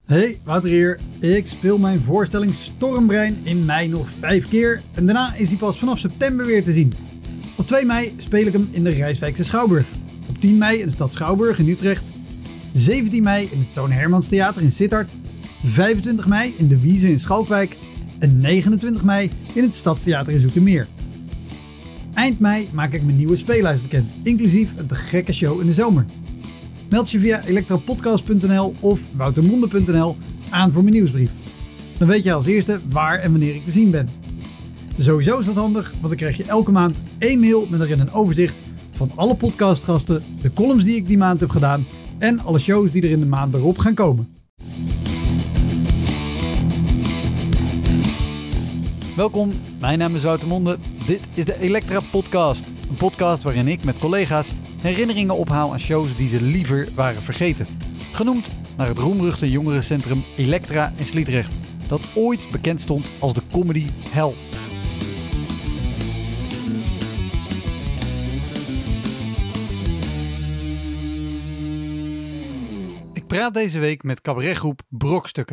Hey, Wouter hier. Ik speel mijn voorstelling Stormbrein in mei nog 5 keer en daarna is hij pas vanaf september weer te zien. Op 2 mei speel ik hem in de Rijswijkse Schouwburg. Op 10 mei in de stad Schouwburg in Utrecht. 17 mei in het Toon Hermans Theater in Sittard. 25 mei in de Wieze in Schalkwijk. En 29 mei in het Stadstheater in Zoetermeer. Eind mei maak ik mijn nieuwe speellijst bekend, inclusief een te gekke show in de zomer. Meld je via elektropodcast.nl of woutermonde.nl aan voor mijn nieuwsbrief. Dan weet je als eerste waar en wanneer ik te zien ben. Sowieso is dat handig, want dan krijg je elke maand 1 mail met erin een overzicht van alle podcastgasten, de columns die ik die maand heb gedaan en alle shows die er in de maand erop gaan komen. Welkom, mijn naam is Wouter Monde. Dit is de Elektra Podcast. Een podcast waarin ik met collega's herinneringen ophaal aan shows die ze liever waren vergeten. Genoemd naar het roemruchte jongerencentrum Elektra in Sliedrecht, dat ooit bekend stond als de comedy hell. Ik praat deze week met cabaretgroep Brokstukken.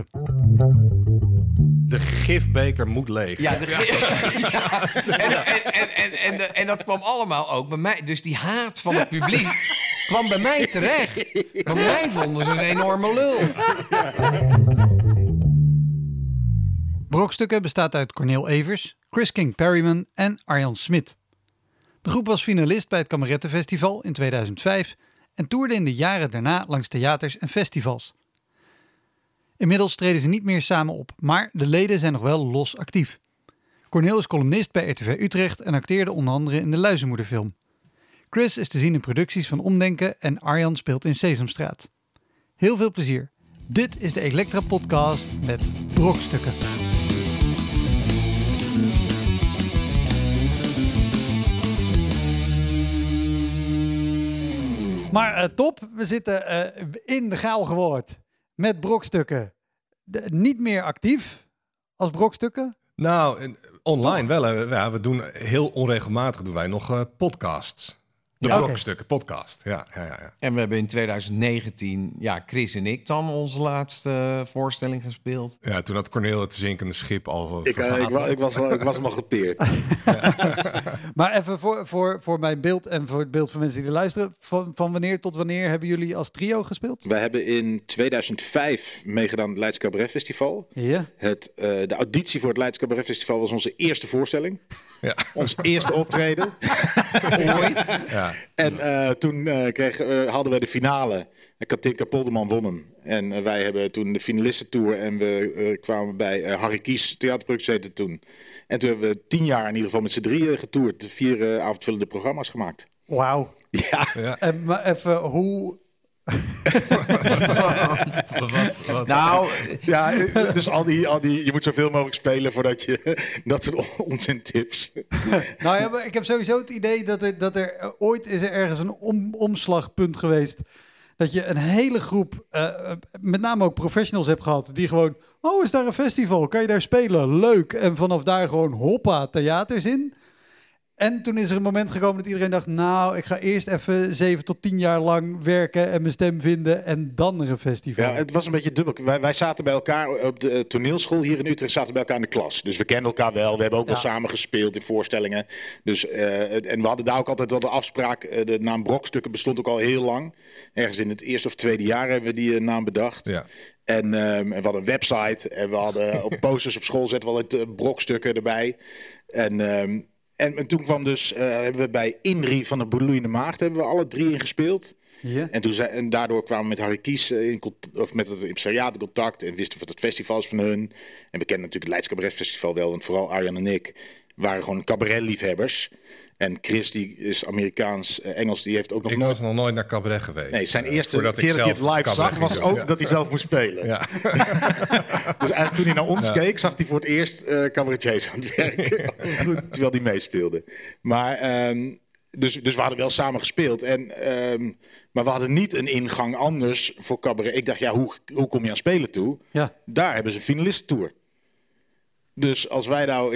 De gifbeker moet leeg. Ja, en dat kwam allemaal ook bij mij. Dus die haat van het publiek kwam bij mij terecht. Bij mij vonden ze een enorme lul. Brokstukken bestaat uit Cornel Evers, Chris King Perryman en Arjan Smit. De groep was finalist bij het Kamerettenfestival in 2005 en toerde in de jaren daarna langs theaters en festivals. Inmiddels treden ze niet meer samen op, maar de leden zijn nog wel los actief. Cornel is columnist bij RTV Utrecht en acteerde onder andere in de Luizenmoederfilm. Chris is te zien in producties van Omdenken en Arjan speelt in Sesamstraat. Heel veel plezier. Dit is de Elektra Podcast met Brokstukken. Maar top, we zitten in de Gaalgewoord. Met Brokstukken. Niet meer actief als Brokstukken? Nou, online wel. Ja, we doen heel onregelmatig nog podcasts. De Brokstukken podcast. Ja. En we hebben in 2019, Chris en ik dan onze laatste voorstelling gespeeld. Ja, toen had Cornel het zinkende schip al. Ik was hem al gepeerd. Maar even voor mijn beeld en voor het beeld van mensen die er luisteren. Van wanneer tot wanneer hebben jullie als trio gespeeld? Wij hebben in 2005 meegedaan aan het Leids Cabaret Festival. Ja. De auditie voor het Leids Cabaret Festival was onze eerste voorstelling. Ja. Ons eerste optreden. Ooit. Ja. En toen hadden we de finale. En Katinka Polderman won hem. En wij hebben toen de finalistentour. En we kwamen bij Harry Kies theaterproductie toen. En toen hebben we 10 jaar in ieder geval met z'n drieën getoerd. 4 avondvullende programma's gemaakt. Wauw. Ja. En maar even, hoe... Wat? Nou, Ja, dus al die, je moet zoveel mogelijk spelen voordat je dat soort onzin tips. Nou ja, maar ik heb sowieso het idee dat er ooit is er ergens een omslagpunt geweest. Dat je een hele groep, met name ook professionals hebt gehad, die gewoon, oh, is daar een festival? Kan je daar spelen? Leuk. En vanaf daar gewoon hoppa, theaters in. En toen is er een moment gekomen dat iedereen dacht, nou, ik ga eerst even 7 tot 10 jaar lang werken en mijn stem vinden en dan er een festival. Ja, het was een beetje dubbel. Wij zaten bij elkaar op de toneelschool hier in Utrecht, zaten bij elkaar in de klas. Dus we kenden elkaar wel. We hebben ook wel samen gespeeld in voorstellingen. Dus, en we hadden daar ook altijd wel de afspraak. De naam Brokstukken bestond ook al heel lang. Ergens in het eerste of tweede jaar hebben we die naam bedacht. Ja. En we hadden een website en we hadden op posters op school zetten we altijd Brokstukken erbij. En toen kwam dus, hebben we bij Inri van de Bloeiende Maagd hebben we alle 3 ingespeeld. Ja. En daardoor kwamen we met Harry Kies met het impresariaat in contact en wisten wat het festival is van hun. En we kennen natuurlijk het Leids Cabaret Festival wel, want vooral Arjan en ik waren gewoon cabaretliefhebbers. En Chris, die is Amerikaans, Engels, die heeft ook nog was nog nooit naar cabaret geweest. Nee, zijn eerste keer dat hij het live zag was ook dat hij zelf moest spelen. Ja. Dus eigenlijk toen hij naar ons keek, zag hij voor het eerst cabaretiers aan het werk. Terwijl hij meespeelde. Maar, dus we hadden wel samen gespeeld. Maar we hadden niet een ingang anders voor cabaret. Ik dacht, hoe kom je aan spelen toe? Ja. Daar hebben ze een finalistentour. Dus als wij nou eens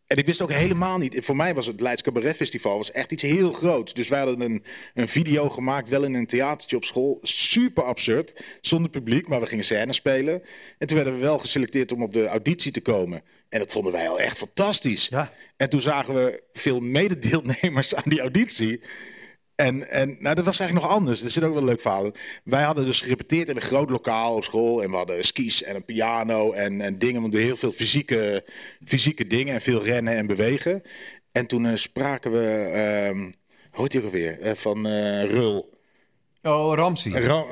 En ik wist ook helemaal niet. Voor mij was het Leids Cabaret Festival was echt iets heel groots. Dus wij hadden een video gemaakt, wel in een theatertje op school. Super absurd, zonder publiek, maar we gingen scènes spelen. En toen werden we wel geselecteerd om op de auditie te komen. En dat vonden wij al echt fantastisch. Ja. En toen zagen we veel mededeelnemers aan die auditie. En nou, dat was eigenlijk nog anders. Er zit ook wel een leuk verhaal in. Wij hadden dus gerepeteerd in een groot lokaal op school. En we hadden skis en een piano en dingen. Want heel veel fysieke dingen en veel rennen en bewegen. En toen spraken we, hoe heet die ook alweer? Van Rul. Oh, Ramses.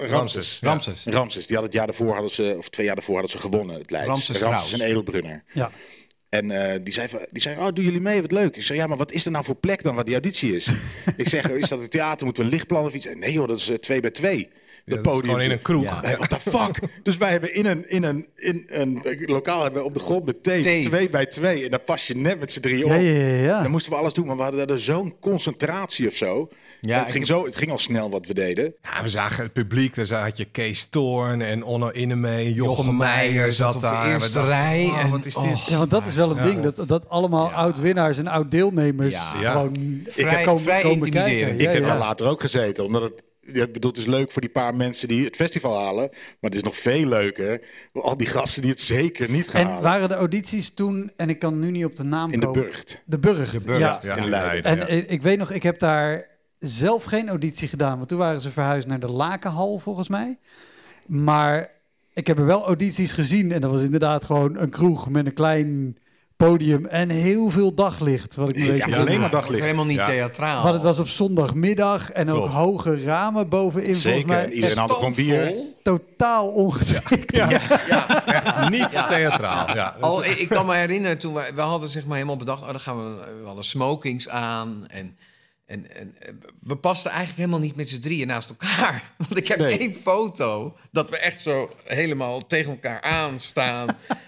Ramses. Die had het jaar daarvoor, of 2 jaar daarvoor hadden ze gewonnen, het Leids. Ramses en Edelbrunner. Ja. En die zei, oh, doen jullie mee? Wat leuk. Ik zei, ja, maar wat is er nou voor plek dan waar die auditie is? Ik zeg, is dat het theater? Moeten we een lichtplan of iets? Nee joh, dat is 2 bij 2. Dat is gewoon in een kroeg. Ja. What the fuck? Dus wij hebben in een lokaal hebben we op de grond met tape 2 bij 2. En daar pas je net met z'n 3 op. Ja. Dan moesten we alles doen, maar we hadden daar zo'n concentratie of zo. Ja, het ging al snel wat we deden. Ja, we zagen het publiek. Daar had je Kees Toorn en Onno Innemee. Jochem Meijer zat op daar. de eerste rij. Wow, wat is dit? Ja, want dat is wel een ding. Dat allemaal oud-winnaars en oud-deelnemers gewoon vrij komen kijken. Ik heb daar later ook gezeten, omdat het... Ja, ik bedoel, het is leuk voor die paar mensen die het festival halen. Maar het is nog veel leuker voor al die gasten die het zeker niet gaan halen. En waren de audities toen, en ik kan nu niet op de naam komen... In de Burgt. De Burgt, ja. In Leiden. En ik weet nog, ik heb daar zelf geen auditie gedaan. Want toen waren ze verhuisd naar de Lakenhal, volgens mij. Maar ik heb er wel audities gezien. En dat was inderdaad gewoon een kroeg met een klein... podium en heel veel daglicht. Wat ik me weet. Alleen maar daglicht. Helemaal niet theatraal. Want het was op zondagmiddag en ook hoge ramen bovenin. Zeker. Volgens mij. Iedereen had gewoon bier. Totaal ongeschikt. Echt niet theatraal. Ja. Ik kan me herinneren, toen we hadden zeg maar helemaal bedacht... dan gaan we hadden smokings aan en we pasten eigenlijk helemaal niet met z'n drieën naast elkaar. Want ik heb 1 foto dat we echt zo helemaal tegen elkaar aanstaan...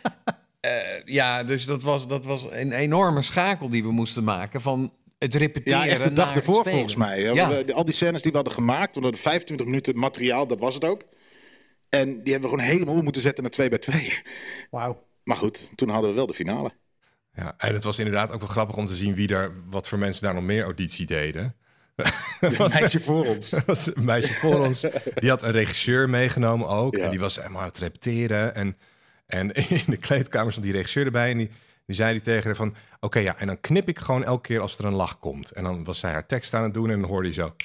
dus dat was een enorme schakel die we moesten maken van het repeteren. Ja, echt de dag ervoor spelen. volgens mij. Ja. Al die scènes die we hadden gemaakt, we hadden 25 minuten materiaal, dat was het ook. En die hebben we gewoon helemaal moeten zetten naar 2 bij 2. Wauw. Maar goed, toen hadden we wel de finale. Ja, en het was inderdaad ook wel grappig om te zien wat voor mensen daar nog meer auditie deden. Een meisje voor ons. Een meisje voor ons. Die had een regisseur meegenomen ook. Ja. En die was helemaal aan het repeteren. En in de kleedkamer stond die regisseur erbij. En die zei tegen haar van... Oké, ja, en dan knip ik gewoon elke keer als er een lach komt. En dan was zij haar tekst aan het doen en dan hoorde hij zo...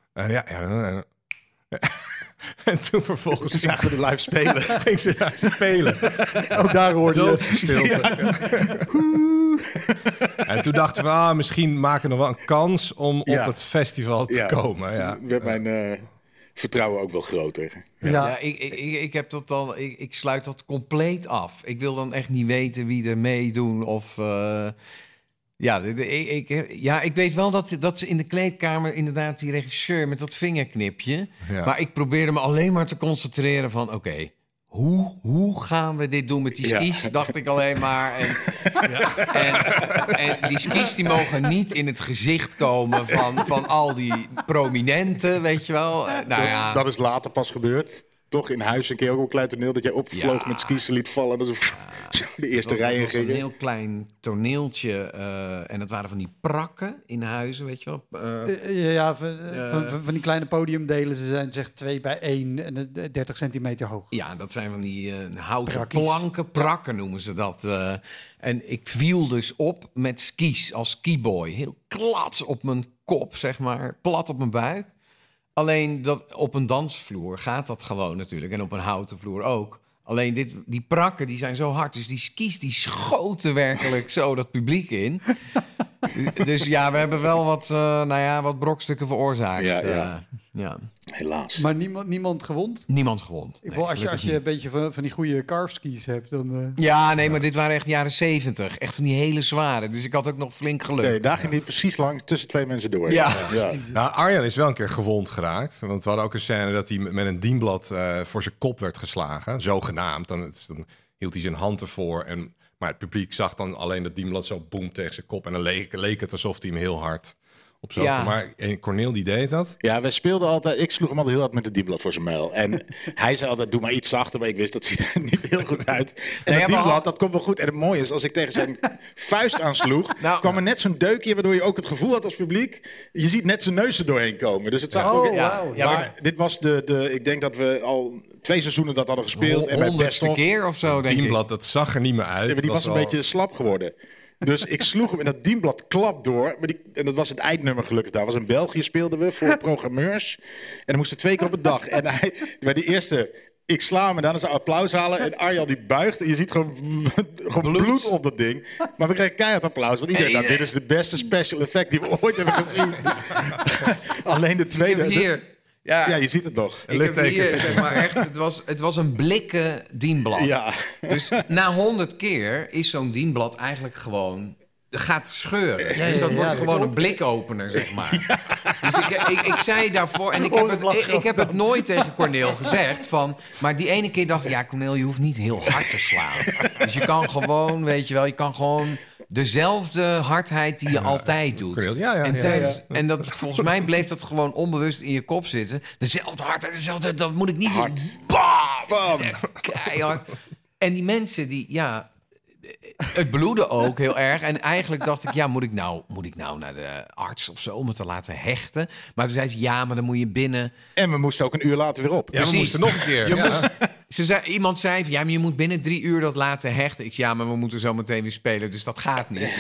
En toen vervolgens... zagen we de live spelen. Ging ze daar spelen. Ook daar hoorde je. Doodstilte. En toen dachten we, misschien maken we nog wel een kans om op het festival te komen. Ja. Toen werd mijn vertrouwen ook wel groter. Ja, ik heb dat al. Ik sluit dat compleet af. Ik wil dan echt niet weten wie er meedoen of... ik weet wel dat ze in de kleedkamer inderdaad die regisseur met dat vingerknipje... Ja. Maar ik probeerde me alleen maar te concentreren van... Oké, hoe gaan we dit doen met die skis? Dacht ik alleen maar. En die skis die mogen niet in het gezicht komen van al die prominenten, weet je wel. Dat is later pas gebeurd. Toch in huis een keer ook een klein toneel dat jij opvloog met skis liet vallen. Dat zo de eerste rij in ging. Het was een heel klein toneeltje en dat waren van die prakken in huizen, weet je wel. Van die kleine podiumdelen. Ze zijn zeg 2 bij 1 en 30 centimeter hoog. Ja, dat zijn van die houten planken, prakken noemen ze dat. En ik viel dus op met skis als skiboy. Heel klats op mijn kop, zeg maar, plat op mijn buik. Alleen dat op een dansvloer gaat dat gewoon natuurlijk. En op een houten vloer ook. Alleen die prakken die zijn zo hard. Dus die skis die schoten werkelijk zo dat publiek in. Dus ja, we hebben wel wat brokstukken veroorzaakt. Ja. Helaas. Maar niemand gewond? Niemand gewond. Als je een beetje van die goede carveskis hebt, dan... Ja, nee, maar dit waren echt jaren 70. Echt van die hele zware. Dus ik had ook nog flink geluk. Nee, daar ging hij precies langs tussen 2 mensen door. Ja. Nou, Arjan is wel een keer gewond geraakt. Want we hadden ook een scène dat hij met een dienblad voor zijn kop werd geslagen. Zogenaamd. Dan hield hij zijn hand ervoor. Maar het publiek zag dan alleen dat dienblad zo boem tegen zijn kop. En dan leek het alsof hij hem heel hard opzopen. Ja. Maar Cornel die deed dat. Ja, wij speelden altijd... Ik sloeg hem altijd heel hard met het dienblad voor zijn muil. En hij zei altijd, doe maar iets zachter. Maar ik wist, dat ziet er niet heel goed uit. En het dienblad, dat komt wel goed. En het mooie is, als ik tegen zijn vuist aansloeg... kwam er net zo'n deukje, waardoor je ook het gevoel had als publiek... Je ziet net zijn neus er doorheen komen. Dus het zag ook... wauw. Ja, maar dit was ik denk dat we al 2 seizoenen dat hadden gespeeld. En bij 100ste keer of zo, denk ik. Dienblad, dat zag er niet meer uit. Ja, maar die was een beetje slap geworden. Dus ik sloeg hem en dat dienblad klap door. Maar en dat was het eindnummer gelukkig. Daar was in België speelden we voor programmeurs. En dan moesten 2 keer op een dag. En bij die eerste, ik sla hem en dan is applaus halen. En Arjan die buigt en je ziet gewoon bloed op dat ding. Maar we kregen keihard applaus. Want iedereen dacht, dit is de beste special effect die we ooit hebben gezien. Alleen de tweede... Hier. Ja, je ziet het nog. Ik heb hier, zeg maar, echt, het was een blikken dienblad. Ja. Dus na 100 keer is zo'n dienblad eigenlijk gewoon... gaat scheuren. Dus dat wordt gewoon een blikopener, zeg maar. Ja. Dus ik zei daarvoor... En ik heb het nooit tegen Cornel gezegd. Maar die ene keer dacht ik... Ja, Cornel, je hoeft niet heel hard te slaan. Dus je kan gewoon, weet je wel... Je kan gewoon... dezelfde hardheid die je altijd doet. En dat, volgens mij bleef dat gewoon onbewust in je kop zitten. Dezelfde hardheid, dat moet ik niet doen. Bam! Keihard. En die mensen die, het bloedde ook heel erg. En eigenlijk dacht ik, moet ik nou naar de arts of zo om het te laten hechten? Maar toen zei ze, maar dan moet je binnen... En we moesten ook een uur later weer op. Ja, we moesten nog een keer. Iemand zei, maar je moet binnen 3 uur dat laten hechten. Ik zei, maar we moeten zo meteen weer spelen, dus dat gaat niet.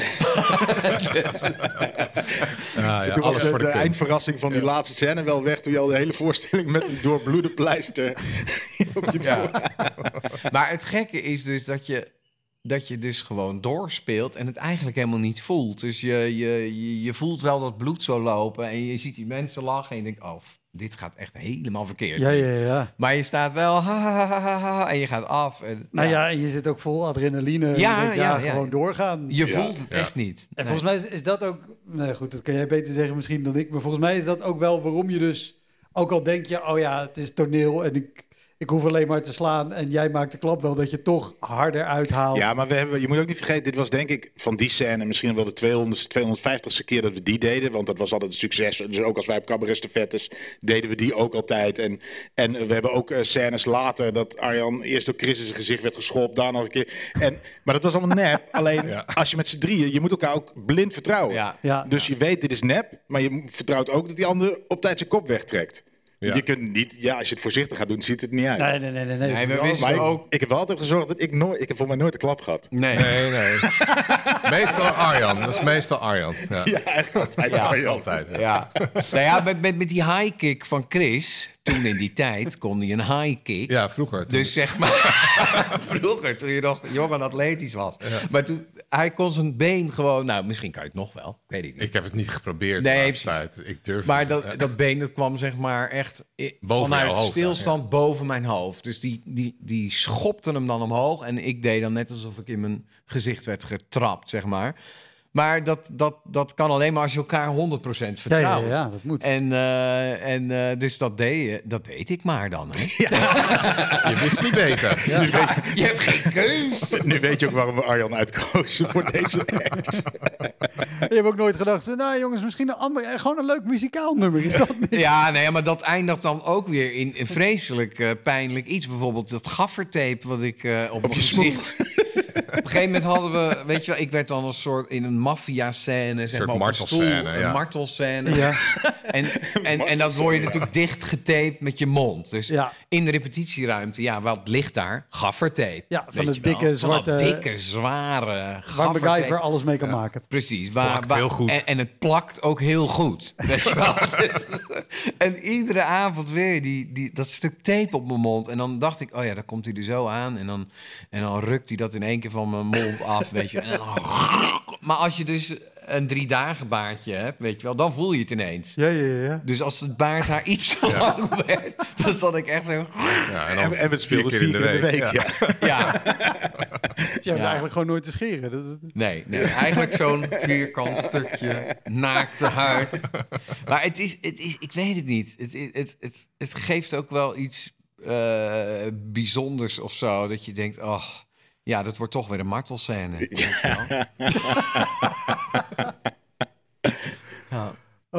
Toen was de eindverrassing van die laatste scène wel weg... toen je al de hele voorstelling met een doorbloede pleister op je Maar het gekke is dus dat je dus gewoon doorspeelt en het eigenlijk helemaal niet voelt. Dus je voelt wel dat bloed zo lopen en je ziet die mensen lachen en je denkt, dit gaat echt helemaal verkeerd. Ja. Maar je staat wel, en je gaat af. En, en je zit ook vol adrenaline. Gewoon doorgaan. Je voelt het echt niet. En volgens mij is dat ook... Nee, goed, dat kan jij beter zeggen misschien dan ik. Maar volgens mij is dat ook wel waarom je dus... Ook al denk je, het is toneel en ik hoef alleen maar te slaan en jij maakt de klap wel, dat je toch harder uithaalt. Ja, maar je moet ook niet vergeten, dit was denk ik van die scène misschien wel de 250ste keer dat we die deden, want dat was altijd een succes. Dus ook als wij op Cabaret Stafettes deden we die ook altijd. En we hebben ook scènes later dat Arjan eerst door Chris in zijn gezicht werd geschopt, daar nog een keer. Maar dat was allemaal nep. Alleen als je met z'n drieën, je moet elkaar ook blind vertrouwen. Ja. Dus je weet, dit is nep, maar je vertrouwt ook dat die ander op tijd zijn kop wegtrekt. Ja. Je kunt niet, als je het voorzichtig gaat doen, ziet het niet uit. Nee, we wisten ook... Ik heb wel altijd gezorgd dat ik heb voor mij nooit een klap gehad. Nee. Meestal Arjan. Dat is meestal Arjan. Ja, eigenlijk altijd Arjan. Altijd. Ja. Nou ja, met die high kick van Chris... Toen in die tijd kon hij een high kick. Ja, vroeger. Dus zeg maar... vroeger, toen je nog jong en atletisch was. Ja. Maar toen... Hij kon zijn been gewoon... misschien kan je het nog wel. Ik weet het niet. Ik heb het niet geprobeerd. Ik durf maar dat been, dat kwam zeg maar echt... vanuit stilstand boven mijn hoofd. Dus die schopte hem dan omhoog. En ik deed dan net alsof ik in mijn gezicht werd getrapt, zeg maar. Maar dat kan alleen maar als je elkaar 100% vertrouwt. Ja, dat moet. En dus dat deed ik maar dan. Hè? Ja. Je wist niet beter. Ja. Je hebt geen keus. Nu weet je ook waarom we Arjan uitkozen voor deze act. Je hebt ook nooit gedacht, jongens, misschien gewoon een leuk muzikaal nummer. Is dat niet? Ja, nee, maar dat eindigt dan ook weer in een vreselijk pijnlijk iets. Bijvoorbeeld dat gaffertape wat ik op mijn gezicht... Op een gegeven moment hadden we, weet je wel, ik werd dan een soort in een maffia-scène, zeg maar, op een stoel, een martelscène. Ja. En dat word je natuurlijk dichtgetaped met je mond. Dus in de repetitieruimte, wat ligt daar? Gaffertape. Ja, van de dikke, zwarte... dikke, zware gaffertape. Waar MacGyver alles mee kan maken. Precies. Heel goed. En het plakt ook heel goed. Weet je wel? En iedere avond weer dat stuk tape op mijn mond. En dan dacht ik, dan komt hij er zo aan. En dan rukt hij dat in één keer van mijn mond af, weet je. Maar als je dus een 3 dagen baardje hebt, weet je wel, dan voel je het ineens. Ja. Dus als het baardhaar iets te lang werd, dan zat ik echt zo... Ja, en we speelden 4 keer in de week. Ja. Je hebt eigenlijk gewoon nooit te scheren. Nee, eigenlijk zo'n vierkant stukje naakte huid. Maar het is, ik weet het niet. Het geeft ook wel iets bijzonders of zo, dat je denkt, dat wordt toch weer een martelscène. Ja.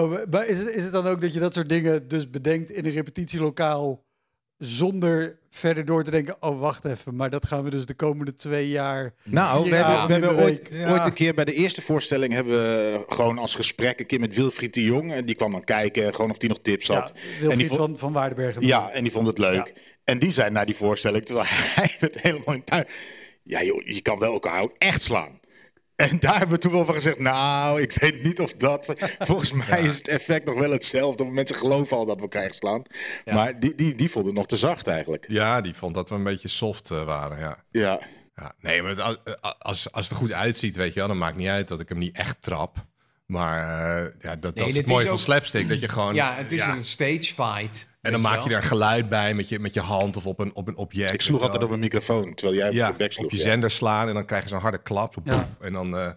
Maar is het dan ook dat je dat soort dingen dus bedenkt in een repetitielokaal zonder verder door te denken, oh wacht even, maar dat gaan we dus de komende 2 jaar... Nou, we hebben ooit een keer bij de eerste voorstelling hebben we gewoon als gesprek een keer met Wilfried de Jong. En die kwam dan kijken, gewoon of die nog tips had. Ja, Wilfried van Waardenbergen. Ja, en die vond het leuk. Ja. En die zei na die voorstelling, terwijl hij werd helemaal in puin. Ja joh, je kan wel elkaar ook echt slaan. En daar hebben we toen wel van gezegd, nou, ik weet niet of dat... Volgens mij is het effect nog wel hetzelfde. Mensen geloven al dat we elkaar slaan. Ja. Maar die vond het nog te zacht eigenlijk. Ja, die vond dat we een beetje soft waren, ja. Ja. Nee, maar als het er goed uitziet, weet je wel, dan maakt niet uit dat ik hem niet echt trap. Maar dat is het mooie van slapstick, dat je gewoon... Ja, het is een stage fight. En dan maak je daar een geluid bij met je hand of op een object. Ik sloeg altijd op een microfoon, terwijl jij op de bek sloeg. Op je zender slaan en dan krijg je zo'n harde klap. En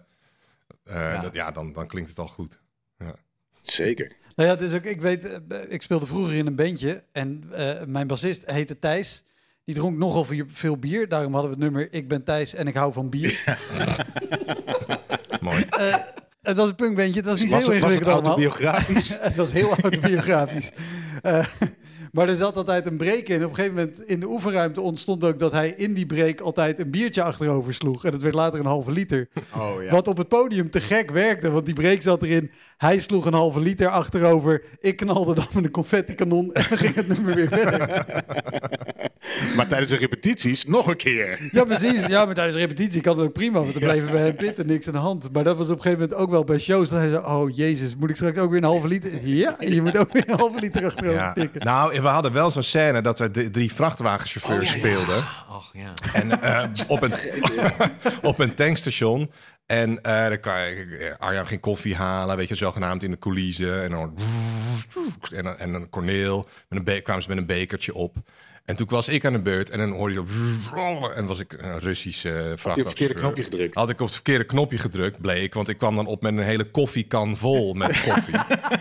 dan, dan klinkt het al goed. Ja. Zeker. Nou ja, dus ook, ik speelde vroeger in een bandje en mijn bassist heette Thijs. Die dronk nogal veel bier. Daarom hadden we het nummer Ik ben Thijs en ik hou van bier. Ja. Mooi. Het was een punkbandje, het was niet heel ingewikkeld allemaal. Autobiografisch? Het was heel autobiografisch. Maar er zat altijd een break in. Op een gegeven moment in de oefenruimte ontstond ook dat hij in die break altijd een biertje achterover sloeg. En dat werd later een halve liter. Oh, ja. Wat op het podium te gek werkte, want die break zat erin. Hij sloeg een halve liter achterover. Ik knalde dan met een confetti-kanon en dan ging het nummer weer verder. Maar tijdens de repetities nog een keer. Ja, precies. Ja, maar tijdens de repetitie kan het ook prima, want er bleven bij hem pitten niks aan de hand. Maar dat was op een gegeven moment ook wel bij shows. Dat hij zei, oh jezus, moet ik straks ook weer een halve liter? Ja, je moet ook weer een halve liter achterover tikken. Nou, we hadden wel zo'n scène dat we 3 vrachtwagenchauffeurs speelden. Och, ja. En op een tankstation. En dan kan Arjan geen koffie halen, weet je, zogenaamd in de coulissen. En dan Corneel, kwamen ze met een bekertje op. En toen was ik aan de beurt en dan hoorde je zo... En was ik een Russische vrachtwagenchauffeur. Had je op het verkeerde knopje gedrukt? Had ik op het verkeerde knopje gedrukt, bleek. Want ik kwam dan op met een hele koffiekan vol met koffie.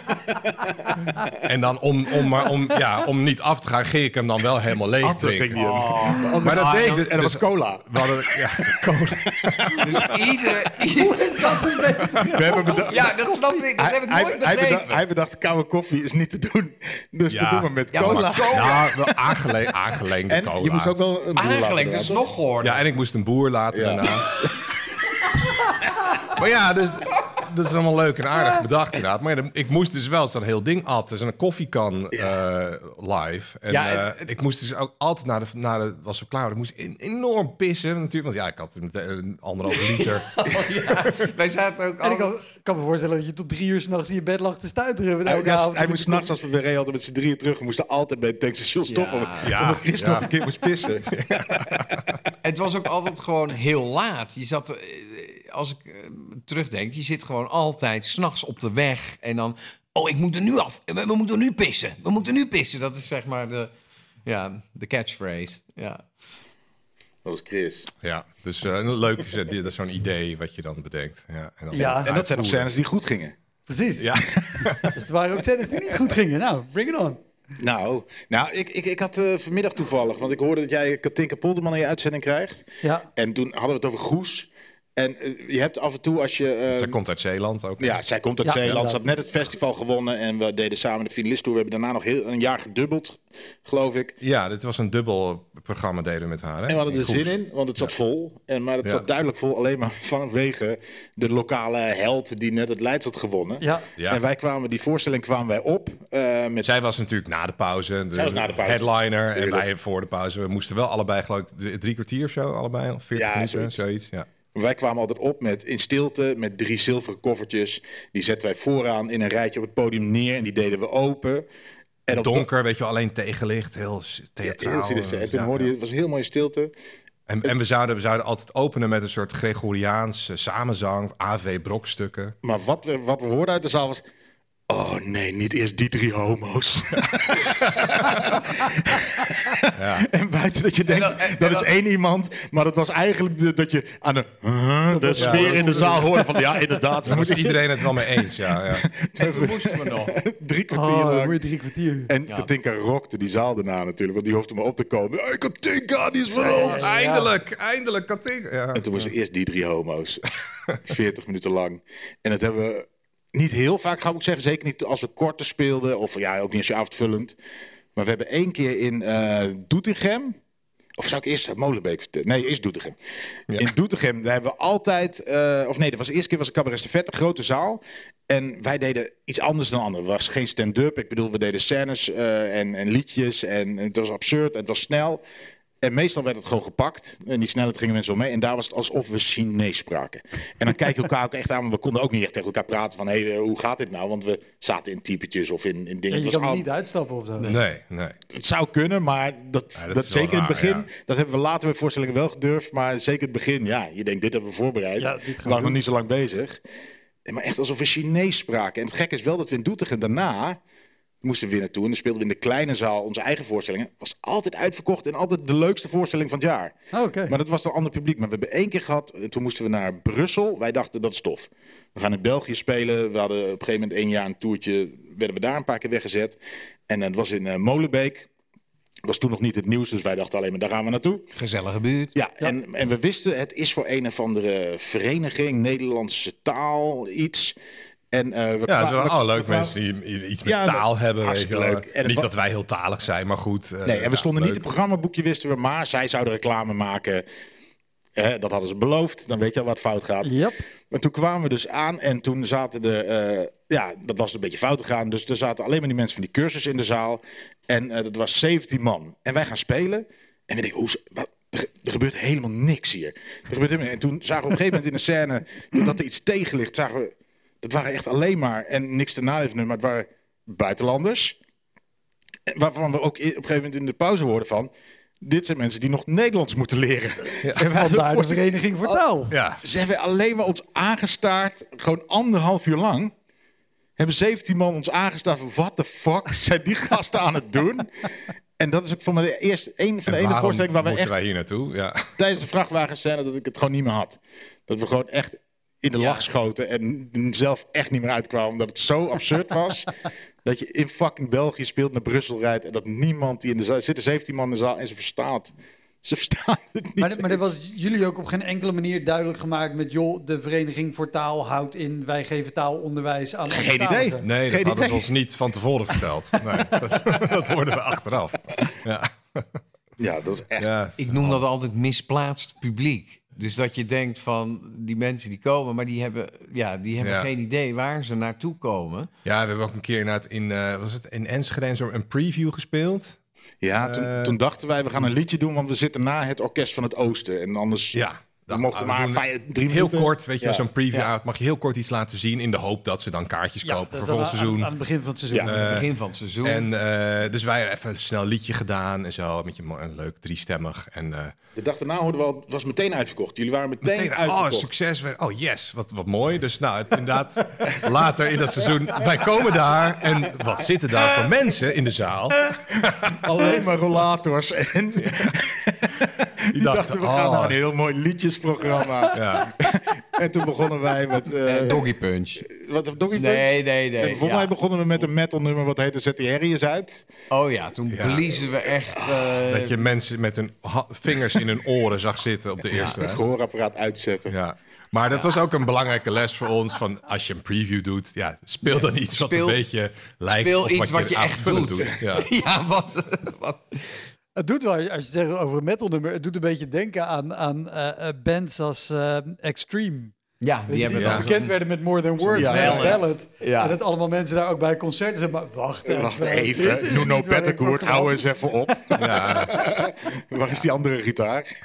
En dan om niet af te gaan, ging ik hem dan wel helemaal leeg drinken. Maar dat deed ik. En dat was cola. We hadden, cola. Dus Hoe is dat een beetje? Ja, dat snap ik. Dat heb ik nooit begrepen. Hij bedacht, koude koffie is niet te doen. Dus te doen we met cola. Nou, wel aangelengde cola. Je moest ook wel een boer aangelengd, dat is nog gehoord. Ja, en ik moest een boer laten daarna. Maar ja, dus... Dat is allemaal leuk en aardig bedacht inderdaad. Maar ja, ik moest dus wel zo'n heel ding altijd. Zo'n koffiekan live. En ik moest dus ook altijd was we klaar. Ik moest enorm pissen natuurlijk. Want ik had 1,5 liter. Wij zaten ook en ik kan me voorstellen dat je tot 3 uur 's nachts in je bed lag te stuiteren. Hij moest 's nachts, als we weer reden, met z'n 3 terug. We moesten altijd bij het tankstation stoppen. Omdat Chris nog een keer moest pissen. Het was ook altijd gewoon heel laat. Je zat... Als ik terugdenk, je zit gewoon altijd 's nachts op de weg. En dan, ik moet er nu af. We moeten nu pissen. We moeten nu pissen. Dat is zeg maar de catchphrase. Ja. Dat was Chris. Ja, dus leuk is dat is zo'n idee wat je dan bedenkt. En dat zijn nog scènes die goed gingen. Precies. Ja. Dus er waren ook scènes die niet goed gingen. Nou, bring it on. Nou, ik had vanmiddag toevallig, want ik hoorde dat jij Katinka Polderman in je uitzending krijgt. Ja. En toen hadden we het over Goes. En je hebt af en toe als je... zij komt uit Zeeland ook. Ja, zij komt uit Zeeland. Ze had net het festival gewonnen en we deden samen de finalisttour. We hebben daarna nog een jaar gedubbeld, geloof ik. Ja, dit was een dubbel programma deden we met haar. Hè? En we hadden er zin in, want het zat vol. Maar het zat duidelijk vol alleen maar vanwege de lokale held die net het Leids had gewonnen. Ja. En die voorstelling kwamen wij op. Zij was natuurlijk na de pauze. Zij was na de pauze. Headliner en wij voor de pauze. We moesten wel allebei, geloof ik, 3 kwartier of zo. Allebei, 40 minuten, zoiets. Ja. Wij kwamen altijd op in stilte met 3 zilveren koffertjes. Die zetten wij vooraan in een rijtje op het podium neer en die deden we open. En donker, weet je wel, alleen tegenlicht, heel theatraal. Het was heel mooie stilte. En we zouden altijd openen met een soort Gregoriaans samenzang, AV brokstukken. Maar wat we hoorden uit de zaal was... Oh nee, niet eerst die 3 homo's. En buiten dat je denkt, dat is 1 iemand. Maar dat was eigenlijk dat je aan de sfeer in de zaal hoorde van... Ja, inderdaad. Daar was iedereen het wel mee eens, ja. En toen moesten we nog. 3 kwartier lang. Mooi 3 kwartier. En Katinka rockte die zaal daarna natuurlijk. Want die hoefde maar op te komen. Hey, Katinka, die is van ons. Eindelijk, Katinka. Ja. En toen moesten eerst die 3 homo's. 40 minuten lang. En dat hebben we... Niet heel vaak, ga ik zeggen. Zeker niet als we korter speelden. Of ja, ook niet als je avondvullend. Maar we hebben 1 keer in Doetinchem... Of zou ik eerst Molenbeek vertellen? Nee, eerst Doetinchem. Ja. In Doetinchem daar hebben we altijd... dat was de eerste keer was een cabaret stafette, grote zaal. En wij deden iets anders dan anderen. Het was geen stand-up. Ik bedoel, we deden scènes en liedjes. En het was absurd. Het was snel. En meestal werd het gewoon gepakt. En die snelheid gingen mensen wel mee. En daar was het alsof we Chinees spraken. En dan kijken we elkaar ook echt aan. Maar we konden ook niet echt tegen elkaar praten van... hoe gaat dit nou? Want we zaten in typetjes of in dingen. En je kan niet uitstappen of zo. Nee. Het zou kunnen, maar dat zeker in het begin... Ja. Dat hebben we later bij voorstellingen wel gedurfd. Maar zeker in het begin, je denkt, dit hebben we voorbereid. Ja, we waren nog niet zo lang bezig. Maar echt alsof we Chinees spraken. En het gekke is wel dat we in Doetinchem daarna... moesten we weer naartoe en dan speelden we in de kleine zaal onze eigen voorstellingen. Was altijd uitverkocht en altijd de leukste voorstelling van het jaar. Okay. Maar dat was een ander publiek. Maar we hebben 1 keer gehad en toen moesten we naar Brussel. Wij dachten dat is tof. We gaan in België spelen. We hadden op een gegeven moment 1 jaar een toertje. Werden we daar een paar keer weggezet. En het was in Molenbeek. Was toen nog niet het nieuws, dus wij dachten alleen maar daar gaan we naartoe. Gezellige buurt. Ja. En we wisten het is voor een of andere vereniging, Nederlandse taal, iets... En leuk mensen die iets met taal hebben. Weet je leuk. En niet dat wij heel talig zijn, maar goed. En we stonden niet in het programmaboekje, wisten we, maar zij zouden reclame maken. Dat hadden ze beloofd, dan weet je al wat fout gaat. Yep. Maar toen kwamen we dus aan en toen zaten dat was een beetje fout gegaan. Dus er zaten alleen maar die mensen van die cursus in de zaal. En dat was 17 man. En wij gaan spelen. En we denken, er gebeurt helemaal niks hier. En toen zagen we op een gegeven moment in de scène dat er iets tegen ligt. Zagen we... Dat waren echt alleen maar, en niks te nadeel van, maar het waren buitenlanders. Waarvan we ook op een gegeven moment in de pauze hoorden van... Dit zijn mensen die nog Nederlands moeten leren. Ja. En vandaar de Vereniging voor Taal. Ja. Ze hebben alleen maar ons aangestaard, gewoon 1,5 uur lang. Hebben 17 man ons aangestaard van, what the fuck zijn die gasten aan het doen? En dat is ook voor mij een van de ene voorstellingen waar we echt... wij hier naartoe? Ja. Tijdens de vrachtwagenscène dat ik het gewoon niet meer had. Dat we gewoon echt... in de lach schoten en zelf echt niet meer uitkwamen. Omdat het zo absurd was. Dat je in fucking België speelt, naar Brussel rijdt. En dat niemand die in de zaal... Er zitten 17 man in de zaal en ze verstaan het niet. Maar dat was jullie ook op geen enkele manier duidelijk gemaakt met... joh, de Vereniging voor Taal houdt in... wij geven taalonderwijs aan... Geen idee. Nee, dat hadden ze ons niet van tevoren verteld. Nee, dat hoorden we achteraf. Ja, dat is echt... Ja, ik noem dat altijd misplaatst publiek. Dus dat je denkt van die mensen die komen, maar die hebben geen idee waar ze naartoe komen. Ja, we hebben ook een keer in Enschede een preview gespeeld. Ja, toen dachten wij, we gaan een liedje doen, want we zitten na het Orkest van het Oosten. En anders... Ja. Dan mochten maar 3 minuten. Heel kort, weet je, zo'n preview mag je heel kort iets laten zien in de hoop dat ze dan kaartjes kopen voor volgend seizoen. Aan het begin van het seizoen. Aan het begin van het seizoen. En dus wij hebben even een snel liedje gedaan en zo, met een leuk 3-stemmig. En de dag daarna hoorden we het was meteen uitverkocht. Jullie waren meteen uitverkocht. Oh, succes. Oh, yes. Wat mooi. Dus inderdaad, later in dat seizoen, wij komen daar en wat zitten daar voor mensen in de zaal? Alleen maar rollators en... Die dachten, we gaan naar een heel mooi liedjesprogramma. Ja. En toen begonnen wij met... Doggy Punch. Wat, Doggy Punch? Nee. En volgens mij begonnen we met een metal nummer wat heette Zet die herries uit. Oh ja, toen bliezen we echt... Dat je mensen met hun vingers in hun oren zag zitten op de eerste. Het gehoorapparaat uitzetten. Ja. Maar dat was ook een belangrijke les voor ons. Van als je een preview doet, speel dan iets wat een beetje lijkt op wat je echt doet. Ja, wat... Het doet wel, als je het zegt over een metalnummer, het doet een beetje denken aan bands als Extreme. Ja, die hebben dan bekend werden met More Than Words, Ballad. Ja. En dat allemaal mensen daar ook bij concerten zeggen, maar wacht even. Nuno Pettenkoert, hou eens even op. Ja. Waar is die andere gitaar?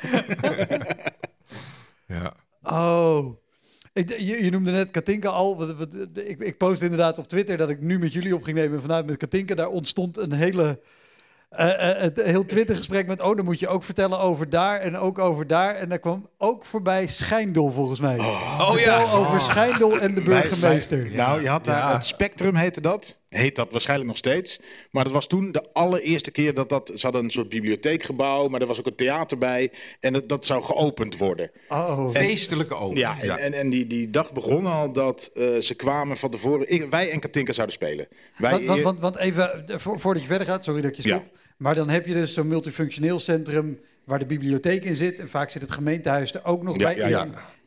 Ja. Oh. Je noemde net Katinka al. Ik post inderdaad op Twitter dat ik nu met jullie op ging nemen. Vanuit met Katinka, daar ontstond een hele... het heel Twitter-gesprek met... dan moet je ook vertellen over daar en ook over daar. En daar kwam ook voorbij Schijndel, volgens mij. Over Schijndel en de burgemeester. Nou, je had daar het Spectrum, heette dat. Heet dat waarschijnlijk nog steeds. Maar dat was toen de allereerste keer ze hadden een soort bibliotheekgebouw... maar er was ook een theater bij. En dat zou geopend worden. Feestelijke opening. Ja, en die dag begon al dat ze kwamen van tevoren... Wij en Katinka zouden spelen. Want even, voordat je verder gaat, sorry dat ik je stop... Ja. Maar dan heb je dus zo'n multifunctioneel centrum waar de bibliotheek in zit. En vaak zit het gemeentehuis er ook nog bij in. Ja.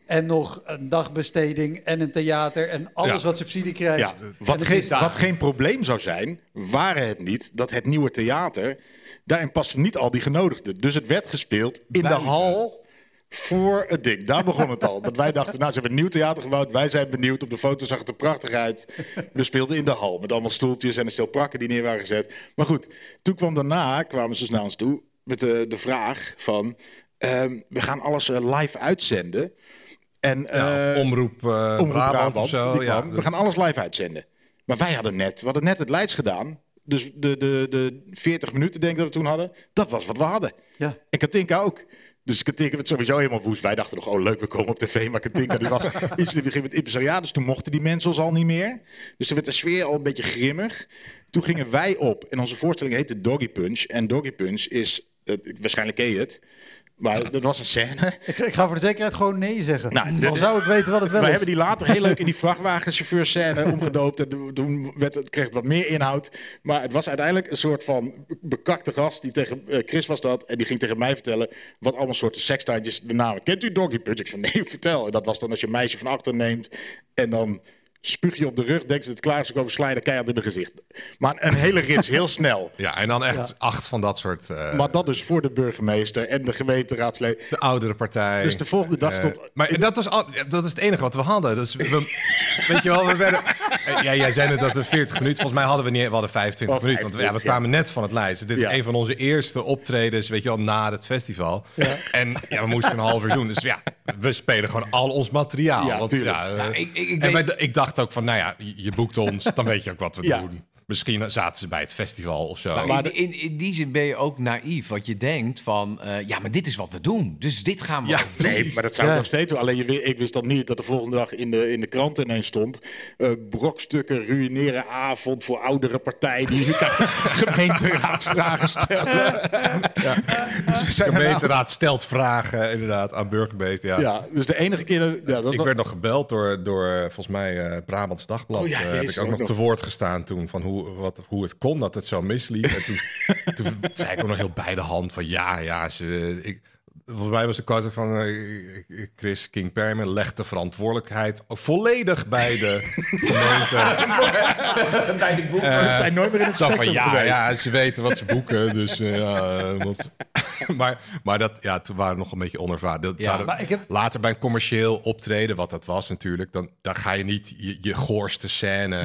En nog een dagbesteding en een theater en alles wat subsidie krijgt. Ja, wat geen probleem zou zijn, waren het niet dat het nieuwe theater... daarin pasten niet al die genodigden. Dus het werd gespeeld in de hal voor het ding. Daar begon het al. Dat wij dachten, nou, ze hebben een nieuw theater gebouwd. Wij zijn benieuwd. Op de foto zag het er prachtig uit. We speelden in de hal met allemaal stoeltjes en een stel prakken die neer waren gezet. Maar goed, toen kwamen ze naar ons toe met de vraag van... we gaan alles live uitzenden... En, omroep Brabant of zo. Ja, we gaan alles live uitzenden. Maar we hadden net het Leids gedaan. Dus de 40 minuten, denk ik dat we toen hadden. Dat was wat we hadden. Ja. En Katinka ook. Dus Katinka werd sowieso helemaal woest. Wij dachten nog, leuk, we komen op tv. Maar Katinka die was iets in het begin met impresariaat. Dus toen mochten die mensen ons al niet meer. Dus toen werd de sfeer al een beetje grimmig. Toen gingen wij op. En onze voorstelling heette Doggy Punch. En Doggy Punch is, waarschijnlijk ken je het... Maar dat was een scène. Ik ga voor de zekerheid gewoon nee zeggen. Nou, dan zou ik weten wat het wel is. We hebben die later heel leuk in die vrachtwagenchauffeur-scène omgedoopt. En toen kreeg het wat meer inhoud. Maar het was uiteindelijk een soort van bekakte gast. Die tegen Chris was dat. En die ging tegen mij vertellen wat allemaal soorten sekstaantjes de namen. Kent u Doggy Punch? Ik zei nee, vertel. En dat was dan als je een meisje van achter neemt. En dan spuug je op de rug, denken ze het klaar is, komen slijden keihard in mijn gezicht. Maar een hele rits, heel snel. Ja, en dan echt 8 van dat soort... maar dat dus voor de burgemeester en de gemeenteraadsleden. De oudere partij. Dus de volgende dag stond... Maar dat is het enige wat we hadden. Dus weet je wel, we werden... jij zei net dat we 40 minuten... Volgens mij hadden we hadden 25 minuten. Want we kwamen net van het Leids. Dit is een van onze eerste optredens, weet je wel, na het festival. Ja. En we moesten een half uur doen. Dus we spelen gewoon al ons materiaal. Ja, want, ik dacht ook van, je boekt ons, dan weet je ook wat we doen. Misschien zaten ze bij het festival of zo. Maar in die zin ben je ook naïef. Wat je denkt van, maar dit is wat we doen. Dus dit gaan we ook doen. Nee, maar dat zou ik nog steeds doen. Alleen ik wist dan niet dat de volgende dag in de krant ineens stond. Brokstukken ruïneren avond voor oudere partij die gemeenteraad vragen stellen. Dus gemeenteraad stelt vragen inderdaad aan burgemeester. Ja, dus de enige keer... ik werd nog gebeld door volgens mij Brabants Dagblad. Heb ik ook nog te woord gestaan toen van hoe het kon dat het zo misliep. En toen zei ik ook nog heel bij de hand van volgens mij was de quote van Chris King Perman legt de verantwoordelijkheid volledig bij de gemeente. Bij de boeken. Het zijn nooit meer in het spectrum geweest. Ja, ze weten wat ze boeken. Dus maar dat, toen waren we nog een beetje onervaren. Later bij een commercieel optreden, wat dat was natuurlijk, dan ga je niet je goorste scène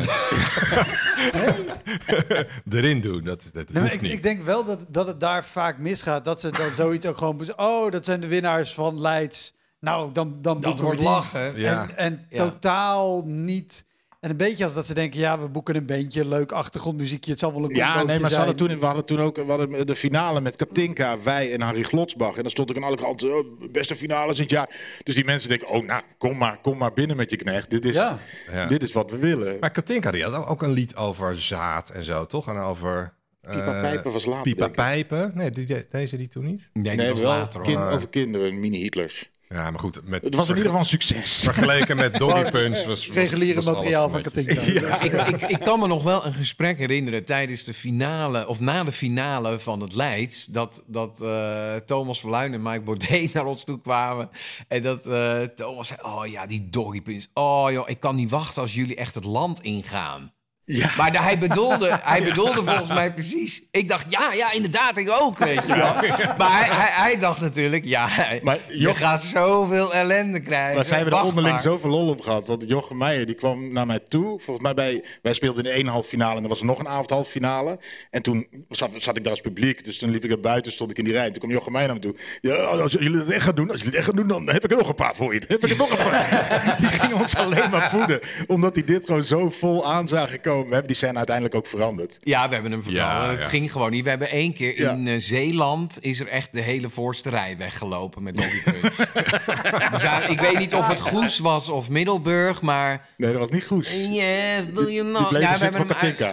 erin doen. Dat hoeft niet. Ik denk wel dat het daar vaak misgaat. Dat ze dan zoiets ook gewoon... dat zijn de winnaars van Leids. Nou, dan boeken we die. Lachen. Ja. En totaal niet... En een beetje als dat ze denken, we boeken een bandje, leuk achtergrondmuziekje, het zal wel een maar we hadden toen ook de finale met Katinka, wij en Harry Glotsbach. En dan stond ik aan alle kanten, beste finale in het jaar. Dus die mensen denken, kom maar binnen met je knecht. Dit is wat we willen. Maar Katinka, die had ook een lied over zaad en zo, toch? En over... Pipa Pijpen was later. Pipa Pijpen? Nee, deze die toen niet? Nee, wel later, over kinderen, mini-Hitlers. Ja, maar goed. Het was in ieder geval een succes. Vergeleken met Doggy Punch was reguliere materiaal van Katinka. Ik kan me nog wel een gesprek herinneren tijdens de finale, of na de finale van het Leids, dat Thomas Verluijn en Mike Baudet naar ons toe kwamen. En dat Thomas zei, die Doggy Punch. Ik kan niet wachten als jullie echt het land ingaan. Ja. Maar hij bedoelde volgens mij precies... Ik dacht, inderdaad, ik ook, weet je wel. Maar hij dacht natuurlijk, je gaat zoveel ellende krijgen. Maar zijn we er onderling zoveel lol op gehad. Want Jochem Meijer, die kwam naar mij toe. Volgens mij wij speelden in de 1 halve finale en er was nog een avond halve finale. En toen zat ik daar als publiek. Dus toen liep ik er buiten, stond ik in die rij. En toen kwam Jochem Meijer naar me toe. Ja, als jullie het echt gaan doen, dan heb ik er nog een paar voor je. Die ging ons alleen maar voeden. Omdat hij dit gewoon zo vol aan zagen komen. We hebben die scène uiteindelijk ook veranderd. Ja, we hebben hem veranderd. Het ging gewoon niet. We hebben 1 keer in Zeeland... is er echt de hele voorste rij weggelopen met Doggy Punch. Dus ik weet niet of het Goes was of Middelburg, maar... Nee, dat was niet Goes. Yes, do you know? Die bleef zitten van Katinka.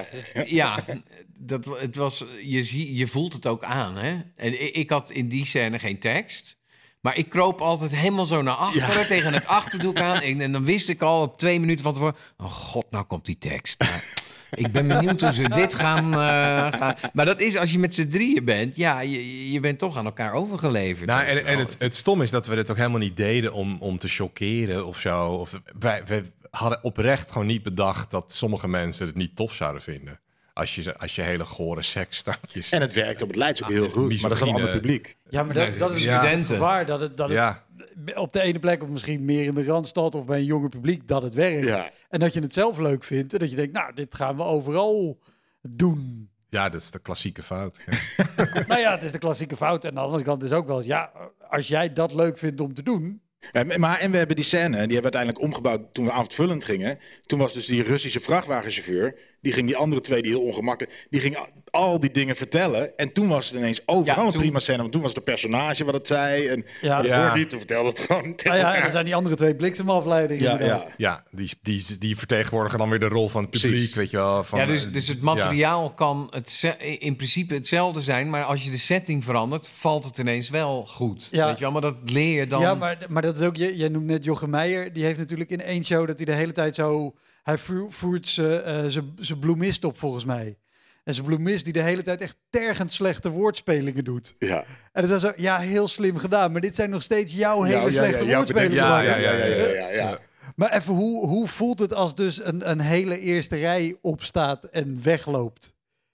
Het was... Je voelt het ook aan, hè? En ik had in die scène geen tekst... Maar ik kroop altijd helemaal zo naar achteren, tegen het achterdoek aan. En dan wist ik al op 2 minuten van tevoren... Oh god, nou komt die tekst. Ik ben benieuwd hoe ze dit gaan. Maar dat is als je met z'n drieën bent. Ja, je bent toch aan elkaar overgeleverd. Nou, en het stom is dat we het ook helemaal niet deden om te chockeren of zo. Of, wij hadden oprecht gewoon niet bedacht dat sommige mensen het niet tof zouden vinden. Als je hele gore seksstandjes... En het werkt op het Leids ook heel goed, maar dat is een ander publiek. Ja, maar dat is het gevaar. Dat het op de ene plek, of misschien meer in de Randstad of bij een jonger publiek, dat het werkt. Ja. En dat je het zelf leuk vindt. En dat je denkt, nou, dit gaan we overal doen. Ja, dat is de klassieke fout. Ja. Nou ja, het is de klassieke fout. En aan de andere kant is ook wel eens, ja, als jij dat leuk vindt om te doen... En we hebben die scène, die hebben we uiteindelijk omgebouwd toen we avondvullend gingen. Toen was dus die Russische vrachtwagenchauffeur, die ging die andere twee, die heel ongemakkelijk, die ging al die dingen vertellen. En toen was het ineens overal een prima scène, want toen was het de personage wat het zei. En toen vertelde het gewoon tegen elkaar. Er zijn die andere twee bliksemafleidingen. Ja, die vertegenwoordigen dan weer de rol van het publiek, precies. Weet je wel. Van, dus het materiaal kan in principe hetzelfde zijn, maar als je de setting verandert, valt het ineens wel goed. Ja. Weet je wel, maar dat leer je dan... Ja, maar dat is ook, jij noemt net Jochem Meijer, die heeft natuurlijk in één show dat hij de hele tijd zo... Hij voert zijn bloemist op, volgens mij. En zijn bloemist die de hele tijd echt tergend slechte woordspelingen doet. Ja. En dat is zo, heel slim gedaan. Maar dit zijn nog steeds jouw hele slechte woordspelingen. Ja. Maar even, hoe voelt het als dus een hele eerste rij opstaat en wegloopt?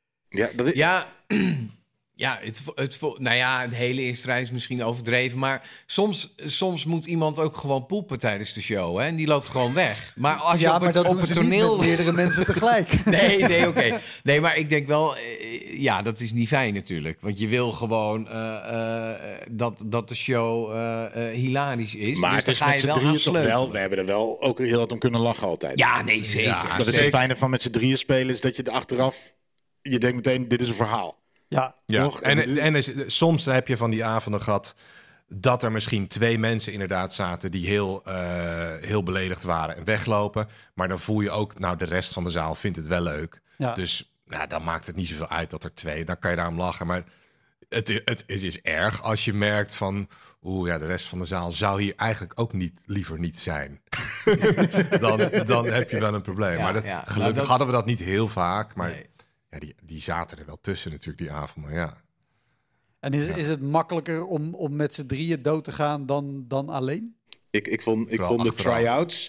Ja, de hele eerste rij is misschien overdreven. Maar soms moet iemand ook gewoon poepen tijdens de show. Hè? En die loopt gewoon weg. Maar als je op het toneel... met meerdere mensen tegelijk. Nee, oké. Nee, maar ik denk wel... dat is niet fijn natuurlijk. Want je wil gewoon dat de show hilarisch is. Maar dus het is met z'n drieën toch wel... We hebben er wel ook heel hard om kunnen lachen altijd. Ja, nee, zeker. Ja, dat is het fijne van met z'n drieën spelen... is dat je achteraf... Je denkt meteen, dit is een verhaal. Ja. En soms heb je van die avonden gehad dat er misschien 2 mensen inderdaad zaten die heel beledigd waren en weglopen. Maar dan voel je ook, nou, de rest van de zaal vindt het wel leuk. Ja. Dus dan maakt het niet zoveel uit dat er 2, dan kan je daarom lachen. Maar het is erg als je merkt van, de rest van de zaal zou hier eigenlijk ook liever niet zijn. dan heb je wel een probleem. Ja, maar gelukkig hadden we dat niet heel vaak, maar... Nee. Ja, die zaten er wel tussen natuurlijk die avond, maar ja. En is het makkelijker om met z'n drieën dood te gaan dan alleen? Ik vond de try-outs...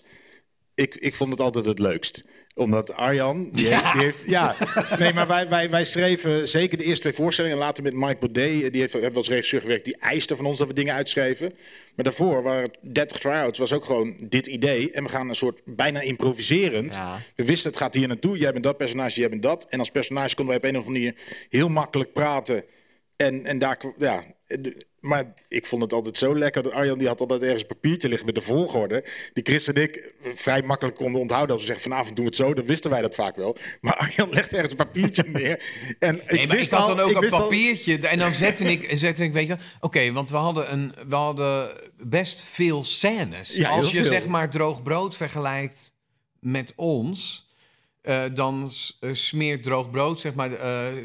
Ik vond het altijd het leukst. Omdat Arjan, die heeft... Ja, nee, maar wij schreven zeker de eerste 2 voorstellingen. En later met Mike Baudet, die heeft als regisseur gewerkt. Die eiste van ons dat we dingen uitschreven. Maar daarvoor waren het 30 try-outs. Was ook gewoon dit idee. En we gaan een soort bijna improviserend. Ja. We wisten, het gaat hier naartoe. Jij bent dat personage, jij bent dat. En als personage konden wij op een of andere manier heel makkelijk praten. En daar... Ja, maar ik vond het altijd zo lekker dat Arjan die had altijd ergens een papiertje liggen met de volgorde. Die Chris en ik vrij makkelijk konden onthouden. Als we zeggen vanavond doen we het zo, dan wisten wij dat vaak wel. Maar Arjan legt ergens een papiertje neer. En ik had dan ook een papiertje. En dan zette ik weet je, oké, want we hadden best veel scènes. Ja, als je veel. Zeg maar droog brood vergelijkt met ons... dan smeert droog brood, zeg maar,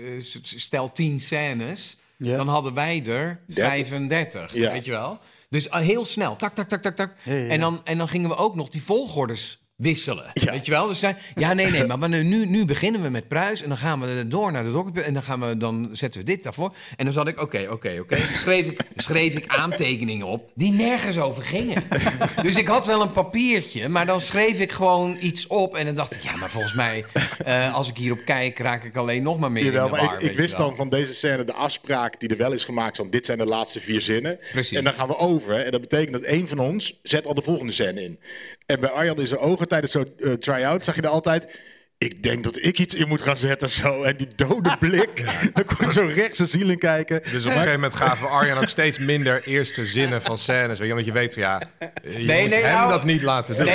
stel 10 scènes... Ja. Dan hadden wij er 35, weet je wel. Dus heel snel, tak. Ja. En dan gingen we ook nog die volgordes wisselen, weet je wel. Dus nee, maar nu beginnen we met Pruis... en dan gaan we door naar de dokter... en dan zetten we dit daarvoor. En dan zat ik, oké. Schreef ik aantekeningen op die nergens over gingen. Dus ik had wel een papiertje... maar dan schreef ik gewoon iets op... en dan dacht ik, maar volgens mij... als ik hierop kijk, raak ik alleen nog maar meer in de war. Maar ik wist dan van deze scène de afspraak die er wel is gemaakt... van dit zijn de laatste 4 zinnen. Precies. En dan gaan we over. En dat betekent dat één van ons zet al de volgende scène in. En bij Arjan in zijn ogen tijdens zo'n try-out zag je er altijd... Ik denk dat ik iets in moet gaan zetten zo. En die dode blik, dan kon je zo rechts zijn ziel in kijken. Dus op een gegeven moment gaven we Arjan ook steeds minder eerste zinnen van scènes. Want je weet van je moet hem dat niet laten doen.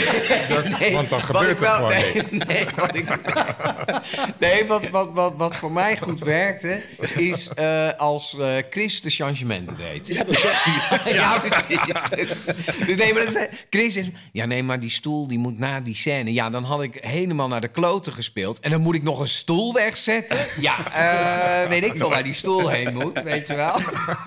Nee. Want dan gebeurt het gewoon wat voor mij goed werkte, is als Chris de changementen deed. Ja, dat zegt hij. Ja, precies. Dus Chris is... maar die stoel die moet na die scène. Ja, dan had ik helemaal naar de kloten gespeeld. En dan moet ik nog een stoel wegzetten. Ja, weet ik veel waar die stoel heen moet, weet je wel.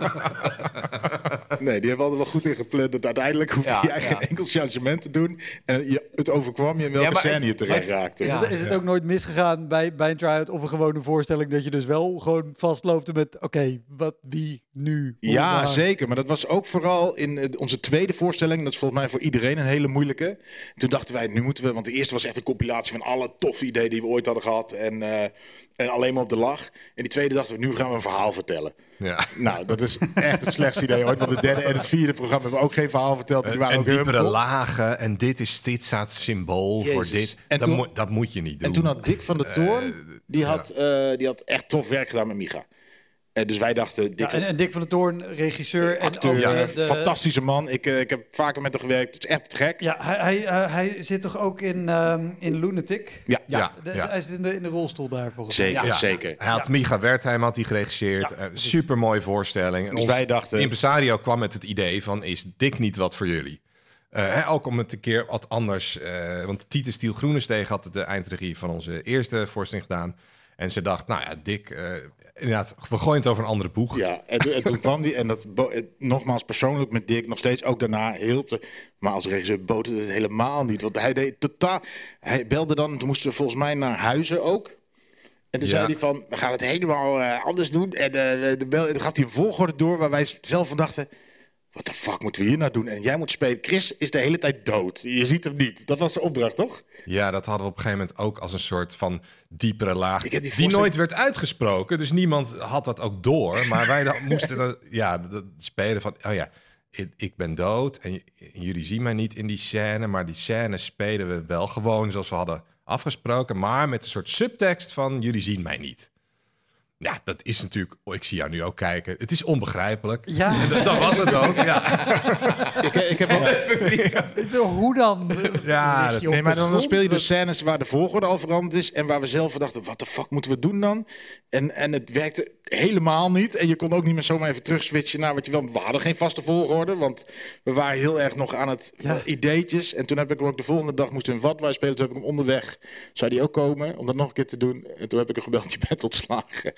Nee, die hebben altijd wel goed ingepland. Dat uiteindelijk hoefde jij geen enkel changement te doen. En het overkwam je in welke scène je terecht raakte. Is het ook nooit misgegaan bij een try-out of een gewone voorstelling... dat je dus wel gewoon vastloopt met... oké, wie nu? Ja, zeker. Maar dat was ook vooral in onze tweede voorstelling. Dat is volgens mij voor iedereen een hele moeilijke. Toen dachten wij, nu moeten we... Want de eerste was echt een compilatie van alle toffe ideeën die we ooit hadden gehad. En alleen maar op de lach. En die tweede dachten we, nu gaan we een verhaal vertellen. Ja. Nou, dat is echt het slechtste idee ooit. Want het derde en het vierde programma hebben we ook geen verhaal verteld. Die waren en ook diepere lagen. En dit staat symbool voor dit. En dat moet je niet doen. En toen had Dick van der Toorn... Die had echt tof werk gedaan met Micha. Dus wij dachten... en Dick van der Toorn, regisseur. Acteur, en fantastische man. Ik heb vaker met hem gewerkt. Het is echt gek. Ja, hij zit toch ook in Lunatic? Ja. Hij zit in de rolstoel daar volgens mij. Zeker, zeker. Hij had Micha Wertheim geregisseerd. Super mooie voorstelling. Dus wij dachten... Impresario kwam met het idee van... is Dick niet wat voor jullie? Ook om het een keer wat anders... want Titus Stiel Groenesteeg had de eindregie van onze eerste voorstelling gedaan. En ze dacht, nou ja, Dick... inderdaad, we gooien het over een andere boeg. Ja, en toen kwam die... En dat nogmaals persoonlijk met Dick... nog steeds ook daarna hielp. Maar als regisseur boterde het helemaal niet. Want hij deed totaal... Hij belde dan... Toen moesten we volgens mij naar Huizen ook... En toen zei hij van, we gaan het helemaal anders doen. En dan gaf hij een volgorde door waar wij zelf van dachten... Wat de fuck moeten we hier nou doen? En jij moet spelen. Chris is de hele tijd dood. Je ziet hem niet. Dat was de opdracht, toch? Ja, dat hadden we op een gegeven moment ook als een soort van diepere laag. Die nooit werd uitgesproken. Dus niemand had dat ook door. Maar wij moesten spelen van... Oh ja, ik ben dood en jullie zien mij niet in die scène. Maar die scène spelen we wel gewoon zoals we hadden afgesproken. Maar met een soort subtekst van jullie zien mij niet. Ja, dat is natuurlijk... ik zie jou nu ook kijken. Het is onbegrijpelijk. Ja. Dat was het ook. Ja. ik heb ook... Hoe dan? Ja, nee, maar dan speel je de scènes waar de volgorde al veranderd is... en waar we zelf dachten, wat de fuck moeten we doen dan? En het werkte helemaal niet. En je kon ook niet meer zomaar even terugswitchen naar wat je wil. We hadden geen vaste volgorde, want we waren heel erg nog aan het ideetjes. En toen heb ik hem ook de volgende dag moesten we in Watwij spelen. Toen heb ik hem onderweg, zou die ook komen om dat nog een keer te doen. En toen heb ik hem gebeld, je bent ontslagen.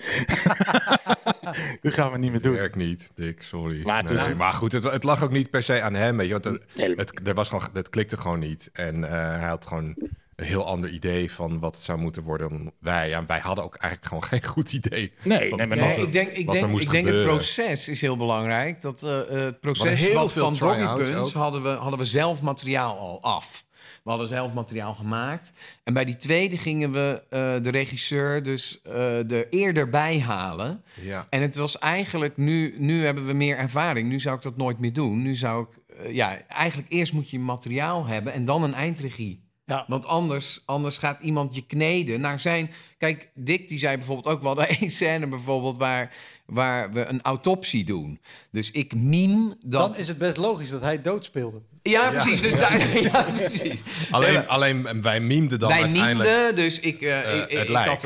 Dat gaan we niet meer doen. Het werkt niet, Dick, sorry. Maar goed, het lag ook niet per se aan hem, weet je. Want het klikte gewoon niet. En hij had gewoon een heel ander idee van wat het zou moeten worden dan wij. Ja, wij hadden ook eigenlijk gewoon geen goed idee. Ik denk het proces is heel belangrijk. Dat het proces van Doggy Punch hadden we zelf materiaal al af. We hadden zelf materiaal gemaakt. En bij die tweede gingen we de regisseur dus er eerder bij halen. Ja. En het was eigenlijk... Nu hebben we meer ervaring. Nu zou ik dat nooit meer doen. Nu zou ik... eigenlijk eerst moet je materiaal hebben en dan een eindregie. Ja. Want anders gaat iemand je kneden naar zijn... Kijk, Dick die zei bijvoorbeeld ook... We hadden één scène bijvoorbeeld waar we een autopsie doen. Dus ik mime dat... Dan is het best logisch dat hij dood speelde. Ja, precies. Dus precies. Alleen wij mimden dan uiteindelijk... Wij mimden, dus ik had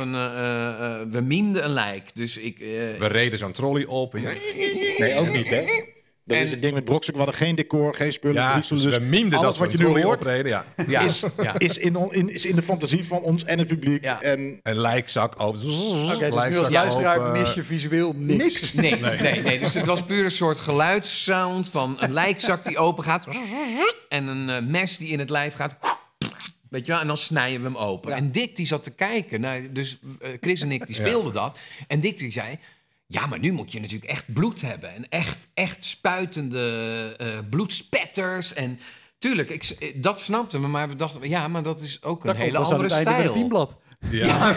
we mimden een lijk. Dus we reden zo'n trolley op. Nee, ook niet, hè? Dat is het ding met Brokstuk. We hadden geen decor, geen spullen. Ja, dus we mimden alles dat wat je nu hoort, optreden, is in de fantasie van ons en het publiek. Ja. En lijkzak open. Dus nu als luisteraar mis je visueel niks. Nee. Dus het was puur een soort geluidssound van een lijkzak die open gaat. En een mes die in het lijf gaat. Weet je wel, en dan snijden we hem open. Ja. En Dick die zat te kijken. Dus Chris en ik die speelden dat. En Dick die zei... Ja, maar nu moet je natuurlijk echt bloed hebben. En echt spuitende bloedspetters. En tuurlijk, dat snapten we. Maar we dachten, ja, maar dat is ook een hele andere stijl. Dat komt Teamblad. Ja.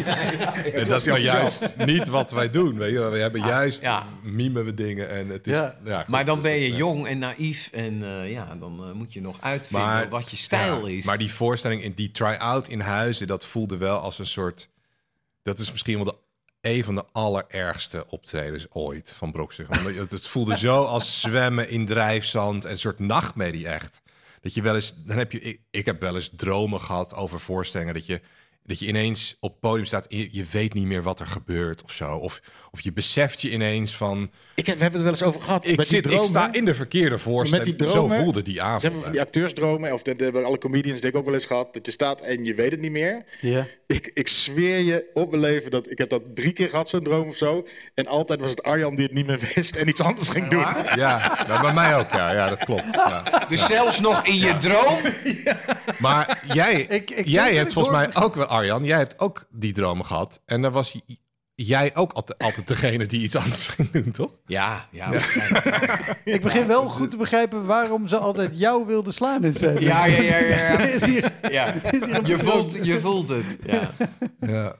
En dat is nou juist niet wat wij doen. Weet je? We hebben juist mimen we dingen. En het is, goed, maar dan ben je jong en naïef. En dan moet je nog uitvinden wat je stijl is. Maar die voorstelling, in die try-out in Huizen... dat voelde wel als een soort... Dat is misschien wel een van de allerergste optredens ooit van Brokstuk. Het voelde zo als zwemmen in drijfzand en een soort nachtmerrie echt. Dat je wel eens, ik heb wel eens dromen gehad over voorstellingen dat je Dat je ineens op het podium staat en je weet niet meer wat er gebeurt of zo. Of je beseft je ineens van... We hebben het er wel eens over gehad. Ik sta in de verkeerde voorstelling. Zo voelde die avond. Ze hebben van die acteursdromen, of dat hebben alle comedians denk ik ook wel eens gehad, dat je staat en je weet het niet meer. Ja. Ik zweer je op mijn leven dat ik heb dat 3 keer gehad, zo'n droom of zo. En altijd was het Arjan die het niet meer wist en iets anders ging doen. Ja, bij mij ook. Ja, dat klopt. Ja. Dus zelfs nog in je droom? Maar jij hebt volgens mij ook wel, Arjan, jij hebt ook die dromen gehad. En dan was jij ook altijd degene die iets anders ging doen, toch? Ja. Ik begin wel goed te begrijpen waarom ze altijd jou wilden slaan in scène. Ja. Is hier Je voelt het. Ja.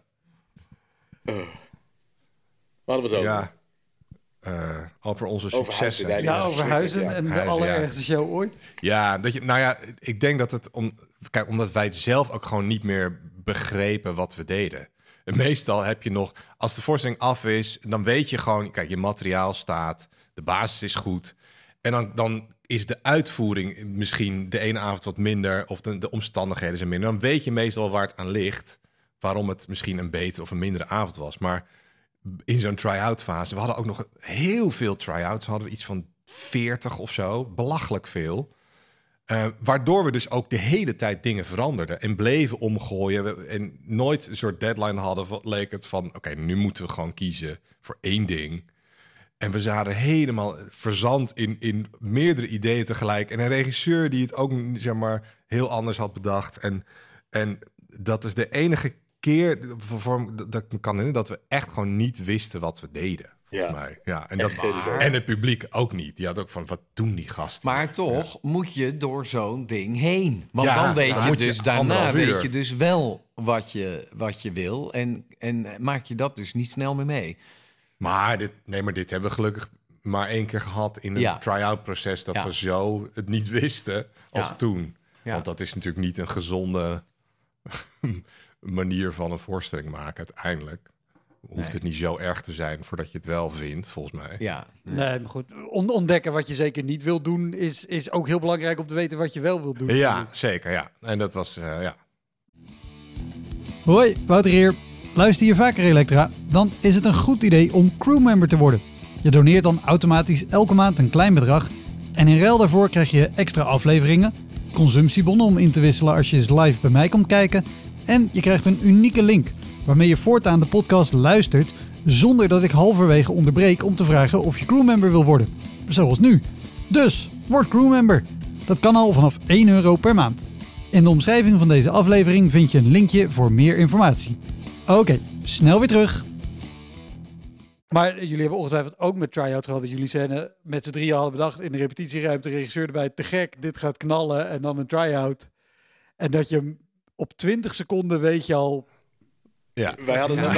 Wat hadden we het over? Ja. Over onze successen. Ja, over Huizen en de allerergste show ooit. Ja, ik denk dat het omdat wij het zelf ook gewoon niet meer begrepen wat we deden. En meestal heb je nog, als de voorstelling af is, dan weet je gewoon, kijk, je materiaal staat, de basis is goed. En dan is de uitvoering misschien de ene avond wat minder, of de omstandigheden zijn minder. Dan weet je meestal waar het aan ligt, waarom het misschien een betere of een mindere avond was. Maar in zo'n try-out fase, we hadden ook nog heel veel try-outs, hadden we iets van 40 of zo, belachelijk veel. Waardoor we dus ook de hele tijd dingen veranderden en bleven omgooien. En nooit een soort deadline hadden, leek het van... Oké, nu moeten we gewoon kiezen voor 1 ding. En we zaten helemaal verzand in meerdere ideeën tegelijk. En een regisseur die het ook, zeg maar, heel anders had bedacht. En dat is de enige keer dat ik me kan herinneren dat we echt gewoon niet wisten wat we deden. Volgens mij. Ja, en het publiek ook niet. Die had ook van, wat doen die gasten? Maar toch moet je door zo'n ding heen. Want dan weet je dus daarna weet je dus wel wat je wil. En maak je dat dus niet snel meer mee. Maar dit hebben we gelukkig maar 1 keer gehad in een try-out proces. Dat we zo het niet wisten als toen. Ja. Want dat is natuurlijk niet een gezonde manier van een voorstelling maken uiteindelijk. Hoeft het niet zo erg te zijn voordat je het wel vindt, volgens mij. Ja. Nee, maar goed. Ontdekken wat je zeker niet wil doen is ook heel belangrijk om te weten wat je wel wil doen. Ja, zeker, ja. En dat was, Hoi, Wouter hier. Luister je vaker Elektra? Dan is het een goed idee om crewmember te worden. Je doneert dan automatisch elke maand een klein bedrag. En in ruil daarvoor krijg je extra afleveringen, consumptiebonnen om in te wisselen als je eens live bij mij komt kijken. En je krijgt een unieke link waarmee je voortaan de podcast luistert zonder dat ik halverwege onderbreek om te vragen of je crewmember wil worden. Zoals nu. Dus, word crewmember. Dat kan al vanaf €1 per maand. In de omschrijving van deze aflevering vind je een linkje voor meer informatie. Oké, snel weer terug. Maar jullie hebben ongetwijfeld ook met try-out gehad dat jullie scène met z'n drieën hadden bedacht in de repetitieruimte, regisseur erbij, te gek, dit gaat knallen en dan een try-out. En dat je op 20 seconden weet je al... Ja. We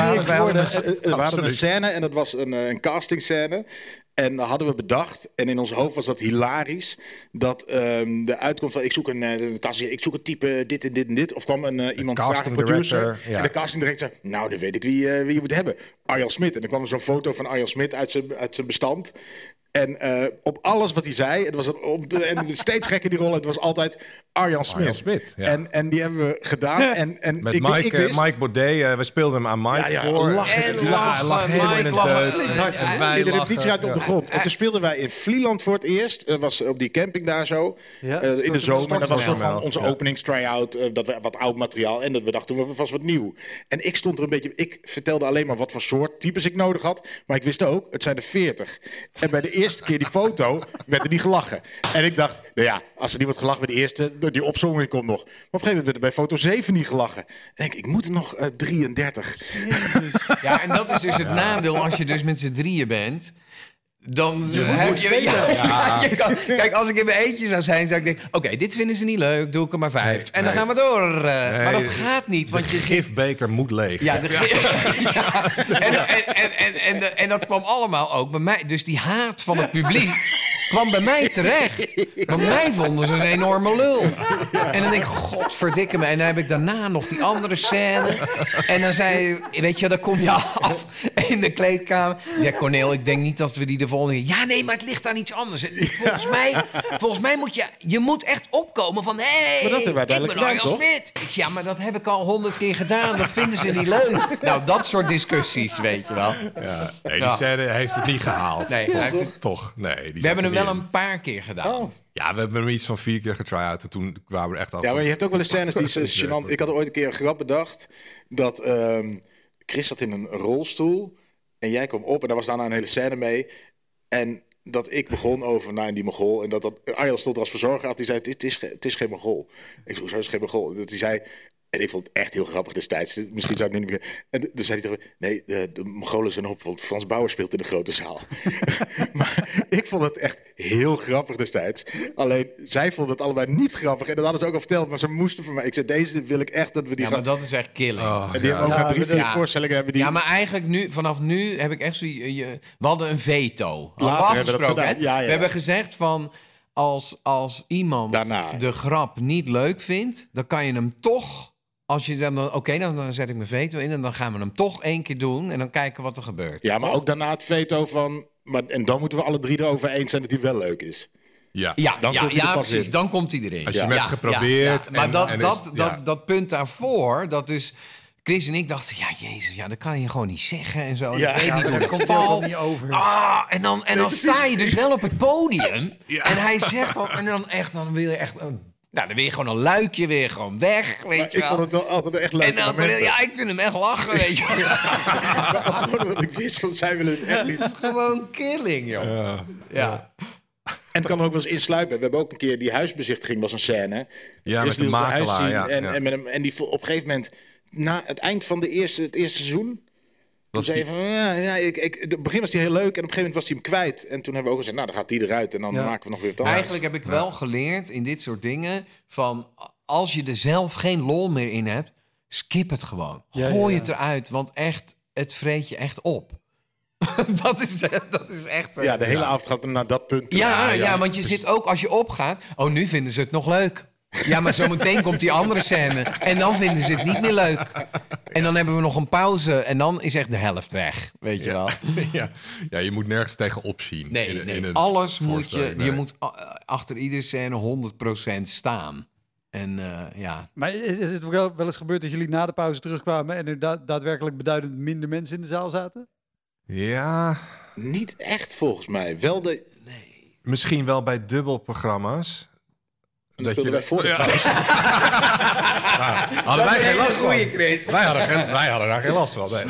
hadden een scène en dat was een castingscène. En dat hadden we bedacht. En in ons hoofd was dat hilarisch. Dat de uitkomst van ik zoek een type dit en dit en dit. Of kwam iemand vragen, een producer. Ja. En de casting director zei, nou dan weet ik wie je moet hebben. Arjan Smit. En dan kwam er zo'n foto van Arjan Smit uit zijn bestand. En op alles wat hij zei, en steeds gekker die rol, het was altijd Arjan Smit. Ja. En die hebben we gedaan. En met Mike Baudet, we speelden hem aan Mike voor. Hij lag helemaal in het in de repetitieruimte op de grond. En toen speelden wij in Vlieland voor het eerst. Dat was op die camping daar zo. In de zomer. Dat was van onze openings-try-out. Dat we wat oud materiaal. En dat we dachten, we was wat nieuw. En ik stond er een beetje... Ik vertelde alleen maar wat voor soort types ik nodig had. Maar ik wist ook, het zijn er 40. En bij de eerste keer die foto werd er niet gelachen. En ik dacht, nou ja, als er niet wordt gelachen bij de eerste, die opzomming komt nog. Maar op een gegeven moment werd er bij foto 7 niet gelachen. En ik moet er nog 33. Jezus. Ja, en dat is dus het nadeel als je dus met z'n drieën bent. Dan heb je kan, kijk, als ik in mijn eentje zou zijn, zou ik denken, oké, dit vinden ze niet leuk, doe ik er maar 5. En dan gaan we door. Maar dat gaat niet. Want de gifbeker moet leeg. Ja, en dat kwam allemaal ook bij mij. Dus die haat van het publiek kwam bij mij terecht. Want mij vonden ze een enorme lul. En dan denk ik, godverdikke me. En dan heb ik daarna nog die andere scène. En dan zei, weet je, dan kom je af in de kleedkamer. Zei Cornel, ik denk niet dat we die de volgende keer... Ja, nee, maar het ligt aan iets anders. Volgens mij moet je moet echt opkomen van... Hé, Maar dat hebben wij ik ben duidelijk gedaan, Arjan toch? Smit. Ik zei, ja, maar dat heb ik al 100 keer gedaan. Dat vinden ze niet leuk. Nou, dat soort discussies, weet je wel. Ja. Nee, die scène heeft het niet gehaald. Nee, hij heeft het- Toch? Nee. We hebben hem wel een paar keer gedaan. Oh. Ja, we hebben hem iets van 4 keer getry-out. En toen kwamen we er echt af. Ja, maar je hebt ook wel eens scènes die is gênant. Ik had ooit een keer een grap bedacht dat Chris zat in een rolstoel en jij kwam op en daar was daarna een hele scène mee. En dat ik begon over die Mongool en dat Arjan stond er als verzorger had. Die zei, het is geen Mongool. Ik zei, hoezo is het geen Mongool? Dat hij zei... En ik vond het echt heel grappig destijds. Misschien zou ik nu niet meer... En dan zei hij tegen me... Nee, de Mongolen zijn op, want Frans Bauer speelt in de grote zaal. Maar ik vond het echt heel grappig destijds. Alleen, zij vonden het allebei niet grappig. En dat hadden ze ook al verteld, maar ze moesten voor mij... Ik zei, deze wil ik echt dat we die Ja, maar dat is echt killing. En die hebben ook na 3-4 voorstellingen hebben die... Ja, maar eigenlijk vanaf nu heb ik echt zo... We hadden een veto. Later hebben we dat gedaan. Hè? Ja, ja. We hebben gezegd van... Als iemand Daarna. de grap niet leuk vindt... dan kan je hem toch... Als je dan... Oké, dan zet ik mijn veto in... en dan gaan we hem toch 1 keer doen... en dan kijken wat er gebeurt. Ja, maar Toch? ook daarna het veto van... En dan moeten we alle 3 erover eens zijn dat die wel leuk is. Ja. Dan komt hij er pas precies. in. Dan komt hij erin. Als je hem hebt geprobeerd Maar en dat punt daarvoor... dat dus... Chris en ik dachten, ja, jezus, dat kan je gewoon niet zeggen en zo. Ja. Ik weet niet hoe Daar dat komt hij ook valt. al niet over. En dan sta je dus wel op het podium. En hij zegt dat. En dan wil je echt... dan wil je gewoon een luikje weer gewoon weg, weet Maar je ik wel. vond het wel altijd echt leuk. En dan, ik vind hem echt lachen, weet je wel. Gewoon wat ik wist van zij willen het echt niet. Het is gewoon killing, joh. Ja. En het kan er ook wel eens insluipen. We hebben ook een keer die huisbezichtiging was een scène. Ja, Chris met de wilde zijn huis makelaar, zien ja, En, ja. en, met hem, en die op een gegeven moment, na het eind van het eerste seizoen... Toen Was zei die- hij van, in het begin was hij heel leuk. En op een gegeven moment was hij hem kwijt. En toen hebben we ook gezegd, nou, dan gaat die eruit. En dan Ja. maken we nog weer wat anders. Eigenlijk heb ik wel geleerd in dit soort dingen... van als je er zelf geen lol meer in hebt... skip het gewoon. Ja, Gooi ja. het eruit, want echt, het vreet je echt op. dat is echt... Ja, de hele avond gaat naar dat punt toe. Ja, want je zit ook als je opgaat... Oh, nu vinden ze het nog leuk. Ja, maar zometeen komt die andere scène. En dan vinden ze het niet meer leuk. En dan hebben we nog een pauze. En dan is echt de helft weg. Weet je wel. Ja, je moet nergens tegen opzien. Nee, in een alles moet voorstelling, je... nee. Je moet achter iedere scène 100% staan. En ja... Maar is het wel eens gebeurd dat jullie na de pauze terugkwamen... en er daadwerkelijk beduidend minder mensen in de zaal zaten? Ja, Niet echt volgens mij. Wel de... misschien wel bij dubbelprogramma's. Dat je bij voor de Ja. pauze. Hadden wij geen last van. Chris. Wij hadden daar geen last van. Nee.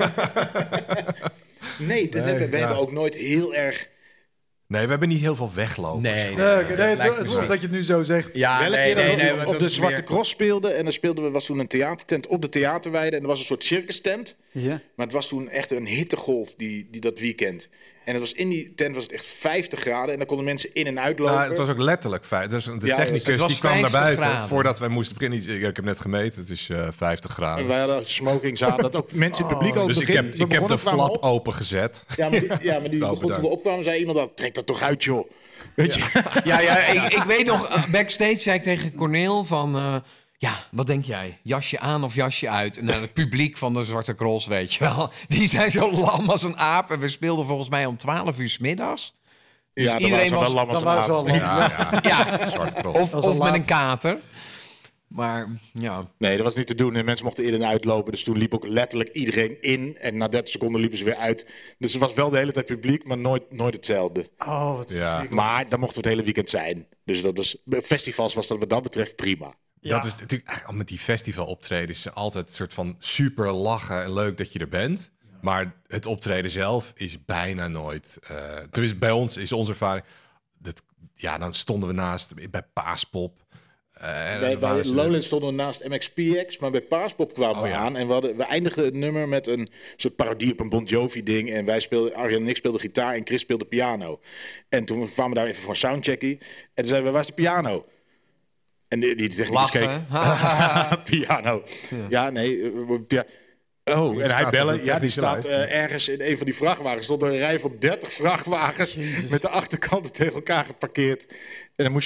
Nee, we hebben ook nooit heel erg... Nee, we hebben niet heel veel weglopen. Nee, Omdat je het nu zo zegt. Ja, Welke keer dat we maar op dat de is Zwarte meer- Cross speelden. En dan was toen een theatertent op de theaterweide. En er was een soort circus tent. Ja. Maar het was toen echt een hittegolf die dat weekend. En het was in die tent was het echt 50 graden. En dan konden mensen in en uitlopen. Nou, het was ook letterlijk feit. Dus de Ja, het technicus was die kwam naar 50 buiten graden. voordat wij moesten beginnen. Ik heb net gemeten, het is 50 En graden. wij hadden smokings aan. Dat ook mensen in het publiek al Dus begin, ik heb de flap opengezet. Ja, maar die begon toen bedankt. we opkwamen, zei iemand dat trek dat toch uit, joh. Weet je? Ja, ik weet nog, backstage zei ik tegen Cornel van... ja, wat denk jij? Jasje aan of jasje uit? En het publiek van de Zwarte Cross, weet je wel. Die zijn zo lam als een aap. En we speelden volgens mij om 12 uur 's middags. Dus Ja, dan iedereen waren ze wel was- lam als Dan een waren ze aap. al lang. Ja, Ja, zwarte cross. of was al met laat. een kater. Maar ja, Nee, dat was niet te doen. En mensen mochten in en uitlopen. Dus toen liep ook letterlijk iedereen in. En na 30 seconden liepen ze weer uit. Dus het was wel de hele tijd publiek, maar nooit hetzelfde. Oh, wat Ja. verschrikkelijk. Maar dan mochten we het hele weekend zijn. Dus dat was, festivals was dat wat dat betreft prima. Ja. Dat is natuurlijk eigenlijk al met die festivaloptredens altijd een soort van super lachen en leuk dat je er bent. Maar het optreden zelf is bijna nooit. Tenminste, bij ons is onze ervaring. Dan stonden we naast bij Paaspop. En Bij waren ze- Lowlands stonden we naast MXPX, maar bij Paaspop kwamen we ja. aan. En we eindigden het nummer met een soort parodie op een Bon Jovi ding. En Arjan en ik speelden gitaar en Chris speelde piano. En toen kwamen we daar even voor een soundcheckie. En toen zeiden we, waar is de piano? En die technicus keek, lachen. piano. Ja, nee. Oh, en hij bellen. Ja, die staat live. ergens in een van die vrachtwagens. Stond er een rij van 30 vrachtwagens met de achterkanten tegen elkaar geparkeerd. En dan moest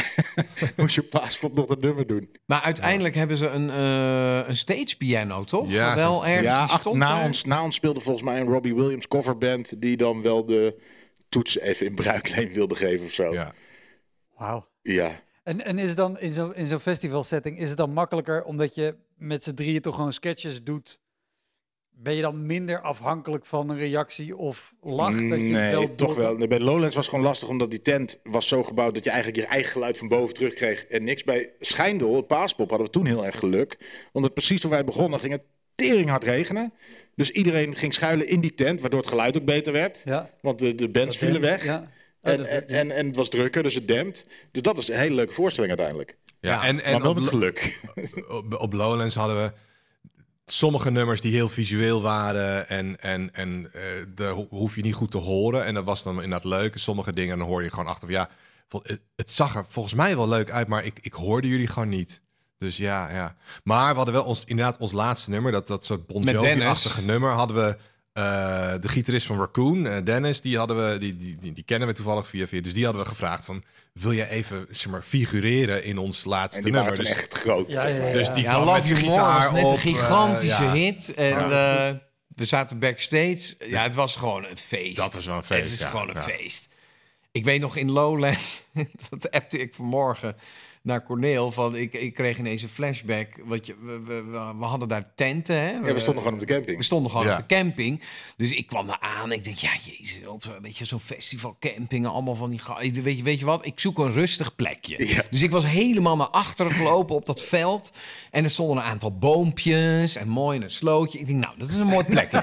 je paspoort nog het nummer doen. Maar uiteindelijk hebben ze een stage piano, toch? Ja, wel ergens Ja, die stond daar. na ons speelde volgens mij een Robbie Williams coverband die dan wel de toets even in bruikleen wilde geven of zo. Ja. Wauw. Ja. En is het dan in zo'n festivalsetting, is het dan makkelijker omdat je met z'n drieën toch gewoon sketches doet? Ben je dan minder afhankelijk van een reactie of lach? Dat je Nee, wel toch wel. Nee, bij Lowlands was het gewoon lastig, omdat die tent was zo gebouwd dat je eigenlijk je eigen geluid van boven terugkreeg en niks. Bij Schijndel, het Paaspop, hadden we toen heel erg geluk. Omdat precies toen wij begonnen ging het tering hard regenen. Dus iedereen ging schuilen in die tent, waardoor het geluid ook beter werd. Ja. Want de bands vielen weg. Ja. En het was drukker, dus het dempt. Dus dat is een hele leuke voorstelling uiteindelijk. Ja, en Maar wel op, met geluk. op Lowlands hadden we sommige nummers die heel visueel waren en daar hoef je niet goed te horen. En dat was dan inderdaad leuk. Sommige dingen dan hoor je gewoon achter. Ja, het zag er volgens mij wel leuk uit, maar ik hoorde jullie gewoon niet. Dus ja. Maar we hadden wel ons laatste nummer, dat soort Bon Jovi-achtige nummer, hadden we de gitarist van Raccoon, Dennis, die hadden we, die kennen we toevallig via. Dus die hadden we gevraagd van, wil jij even figureren in ons laatste En die nummer? waren toen Dus echt groot. Ja. Dus die Ja, kwam Love met zijn You More was gitaar net op. een gigantische Ja. hit. En we zaten backstage. Ja, het was gewoon een feest. Dat was wel een feest, Het is ja. gewoon een Ja. feest. Ik weet nog in Lowlands, dat appte ik vanmorgen naar Corneel, van ik kreeg ineens een flashback. We hadden daar tenten, hè? Ja, we stonden gewoon op de camping. We stonden gewoon Ja. op de camping. Dus ik kwam daar aan. Ik denk, ja, jezus, op zo'n festivalcamping. Allemaal van die... Weet je wat? Ik zoek een rustig plekje. Ja. Dus ik was helemaal naar achteren gelopen op dat veld. En er stonden een aantal boompjes en mooi in een slootje. Ik denk, nou, dat is een mooi plekje.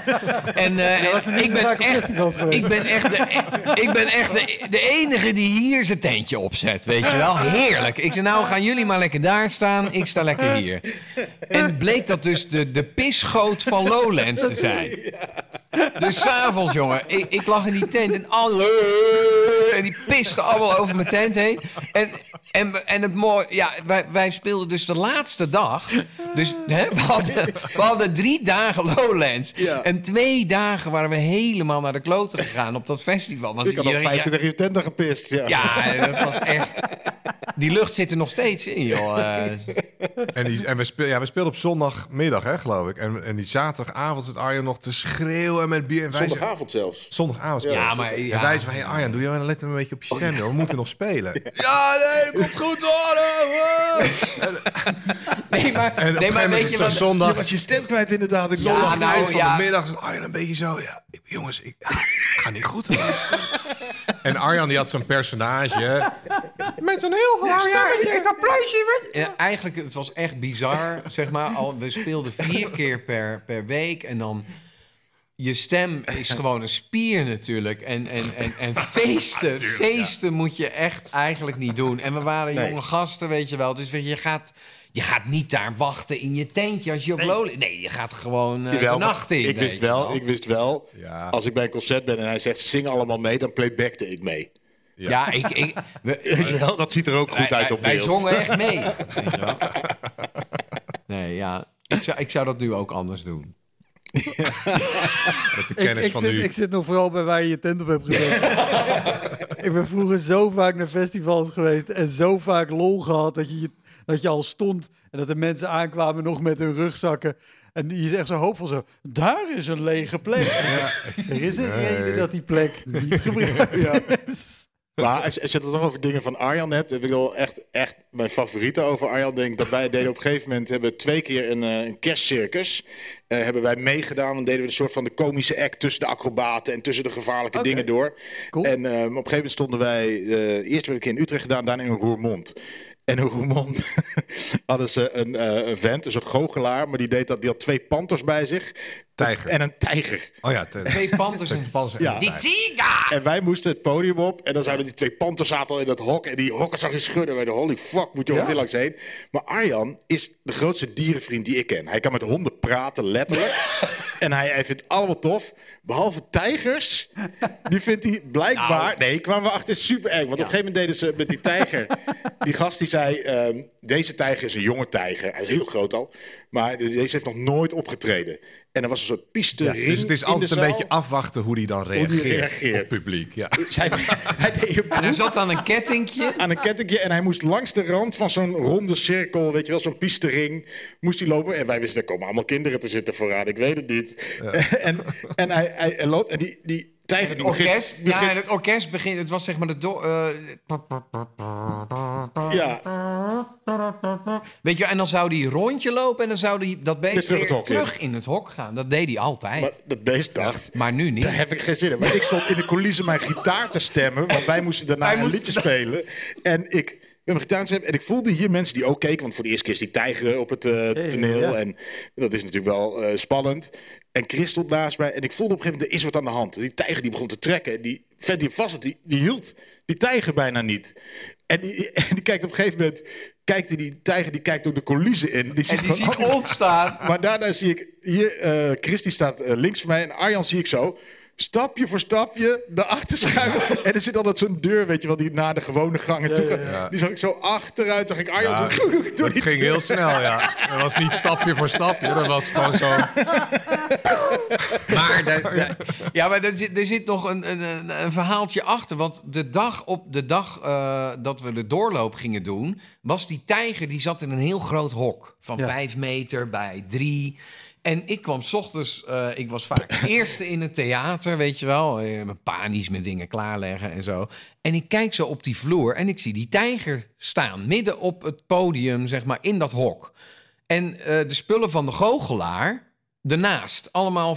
ik ben vaak op festivals geweest. Ik ben echt de enige die hier zijn tentje opzet, weet je wel. Heerlijk. Ik zei, nou, gaan jullie maar lekker daar staan. Ik sta lekker hier. En bleek dat dus de pisgoot van Lowlands te zijn. Dus 's avonds, jongen, ik lag in die tent en die pisten allemaal over mijn tent heen. En het mooie, ja, wij speelden dus de laatste dag. Dus hè, we hadden 3 dagen Lowlands. Ja. En 2 dagen waren we helemaal naar de kloten gegaan op dat festival. Want Ik had al 25 uur tenten gepist. Ja. ja, dat was echt... Die lucht zit er nog steeds in, joh. En we speelden op zondagmiddag, hè, geloof ik. En die zaterdagavond zit Arjan nog te schreeuwen met bier. En wij Zondagavond zelfs. Zondagavond. Ja, maar... En Ja. wij zeiden van, hey Arjan, doe je wel let een beetje op je stem. joh. We moeten nog spelen. Ja, nee, komt goed hoor. Nee, maar, En op nee, een maar gegeven moment weet is je het wat... zo zondag. Was je stem kwijt inderdaad. Ja, nou, Van ja. de middag is Arjan een beetje zo. Ja, jongens, ik ga niet goed luisteren. En Arjan die had zo'n personage met zo'n heel hoog stemmetje. Ik applausje. Ja, eigenlijk, het was echt bizar, zeg maar. We speelden 4 keer per week en dan... Je stem is gewoon een spier natuurlijk. En feesten moet je echt eigenlijk niet doen. En we waren jonge gasten, weet je wel. Dus je gaat niet daar wachten in je tentje als je op Lowlands... Nee, je gaat gewoon de nacht in. Ik wist wel, Ja. als ik bij een concert ben en hij zegt zing allemaal mee, dan playbackte ik mee. Ja, Weet je wel, dat ziet er ook goed uit op wij beeld. zongen echt mee. Weet je wel. Nee, ja. Ik zou dat nu ook anders doen. Met de kennis van nu. Ik zit nog vooral bij waar je je tent op hebt gezet. Ik ben vroeger zo vaak naar festivals geweest en zo vaak lol gehad dat je al stond en dat de mensen aankwamen nog met hun rugzakken. En die is echt zo hoopvol zo, daar is een lege plek. Er is een reden dat die plek niet gebruikt is. Maar als je het toch over dingen van Arjan hebt, heb ik wel echt mijn favoriete over Arjan. Denk dat wij deden op een gegeven moment, hebben we 2 keer een kerstcircus. Hebben wij meegedaan. Dan deden we een soort van de komische act tussen de acrobaten en tussen de gevaarlijke dingen door. Cool. En op een gegeven moment stonden wij, eerst werd ik in Utrecht gedaan, daarna in Roermond. En in Roermond hadden ze een vent, een soort goochelaar, maar die had 2 panters bij zich. Tijger. En een tijger. Oh ja, 2 panters en... Ja. Die tiga! En wij moesten het podium op. En dan zouden die 2 panters zaten al in dat hok. En die hokken zag je schudden. Wij dachten, holy fuck, moet je ongeveer langs heen. Maar Arjan is de grootste dierenvriend die ik ken. Hij kan met honden praten, letterlijk. En hij vindt het allemaal tof. Behalve tijgers. Die vindt hij blijkbaar... Nee, kwamen we achter, is super eng. Want op een gegeven moment deden ze met die tijger... Die gast die zei, deze tijger is een jonge tijger. Heel groot al. Maar deze heeft nog nooit opgetreden. En er was een soort piste ring. Dus het is altijd een beetje afwachten hoe die dan reageert op publiek. Ja. Hij zat aan een kettingje. Aan een kettingje. En hij moest langs de rand van zo'n ronde cirkel, weet je wel, zo'n piste ring, moest hij lopen. En wij wisten, er komen allemaal kinderen te zitten vooraan. Ik weet het niet. Ja. en hij loopt. En die tijger die orkest, begint... Ja, het orkest begint... Het was zeg maar ja. Weet je, en dan zou hij rondje lopen... en dan zou hij dat beest weer terug in het hok gaan. Dat deed hij altijd. Maar dat beest dacht... Maar nu niet. Daar heb ik geen zin in. Maar ik stond in de coulissen mijn gitaar te stemmen... want wij moesten daarna een liedje spelen. En ik... mijn gitaar te stemmen en ik voelde hier mensen die ook keken... want voor de eerste keer is die tijger op het toneel... Ja. En dat is natuurlijk wel spannend... En Chris stond naast mij en ik voelde op een gegeven moment... er is wat aan de hand. Die tijger die begon te trekken. Die vent die vast zat, die hield die tijger bijna niet. En die kijkt op een gegeven moment... kijkt die tijger die kijkt door de coulissen in. Die ziet ons staan. Maar daarna zie ik hier... Chris die staat links van mij en Arjan zie ik zo... stapje voor stapje naar achter schuiven. En er zit altijd zo'n deur, weet je wel, die naar de gewone gangen toe gaat. Ja. Die zag ik zo achteruit, zag ik Arjan door die ging deur. Heel snel, ja. Dat was niet stapje voor stapje, dat was gewoon zo... Maar er zit nog een verhaaltje achter. Want de dag dat we de doorloop gingen doen... was die tijger, die zat in een heel groot hok. Van 5 meter bij 3... En ik kwam 's ochtends, ik was vaak eerste in het theater, weet je wel. Panisch met dingen klaarleggen en zo. En ik kijk zo op die vloer en ik zie die tijger staan. Midden op het podium, zeg maar, in dat hok. En de spullen van de goochelaar ernaast. Allemaal...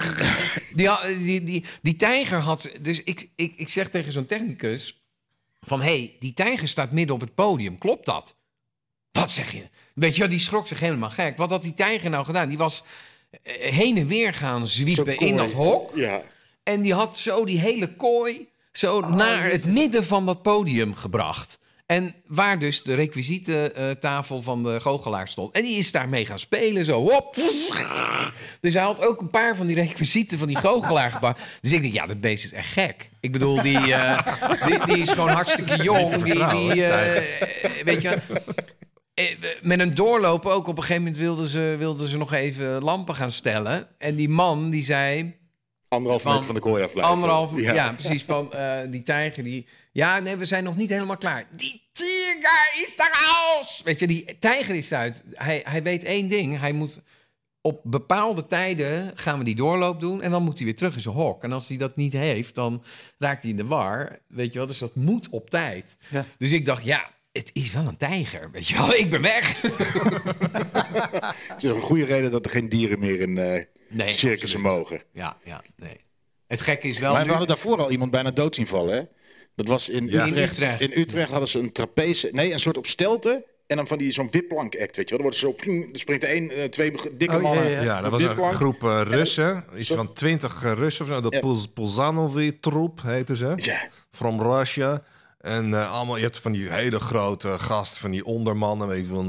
Die tijger had... Dus ik zeg tegen zo'n technicus van... Hé, die tijger staat midden op het podium. Klopt dat? Wat zeg je? Weet je wel, die schrok zich helemaal gek. Wat had die tijger nou gedaan? Die was heen en weer gaan zwiepen in dat hok. Ja. En die had zo die hele kooi naar het midden van dat podium gebracht. En waar dus de requisietentafel van de goochelaar stond. En die is daarmee gaan spelen, zo. Hop. Dus hij had ook een paar van die requisieten van die goochelaar gebouwd. Dus ik denk, ja, dat beest is echt gek. Ik bedoel, die is gewoon hartstikke jong. Weet je... Met een doorlopen ook op een gegeven moment wilden ze nog even lampen gaan stellen. En die man die zei... 1,5 meter van de kooi afblijven. Ja, precies. Van die tijger die... Ja, nee, we zijn nog niet helemaal klaar. Die tijger is eruit! Weet je, die tijger is eruit. Hij weet één ding. Hij moet... Op bepaalde tijden gaan we die doorloop doen... en dan moet hij weer terug in zijn hok. En als hij dat niet heeft, dan raakt hij in de war. Weet je wel, dus dat moet op tijd. Ja. Dus ik dacht, ja... Het is wel een tijger, weet je wel. Ik ben weg. Het is een goede reden dat er geen dieren meer in circussen mogen. Ja, nee. Het gekke is wel... Maar we hadden daarvoor al iemand bijna dood zien vallen, hè? Dat was in Utrecht. In Utrecht hadden ze een trapeze... Nee, een soort op stelten. En dan van zo'n wipplank act, weet je wel. Dan springt er 2 dikke mannen. Ja, dat was een groep Russen. Iets van 20 Russen of zo. De Pulzanovi-troep heette ze. Ja. From Russia. En allemaal, je hebt van die hele grote gasten, van die ondermannen, weet je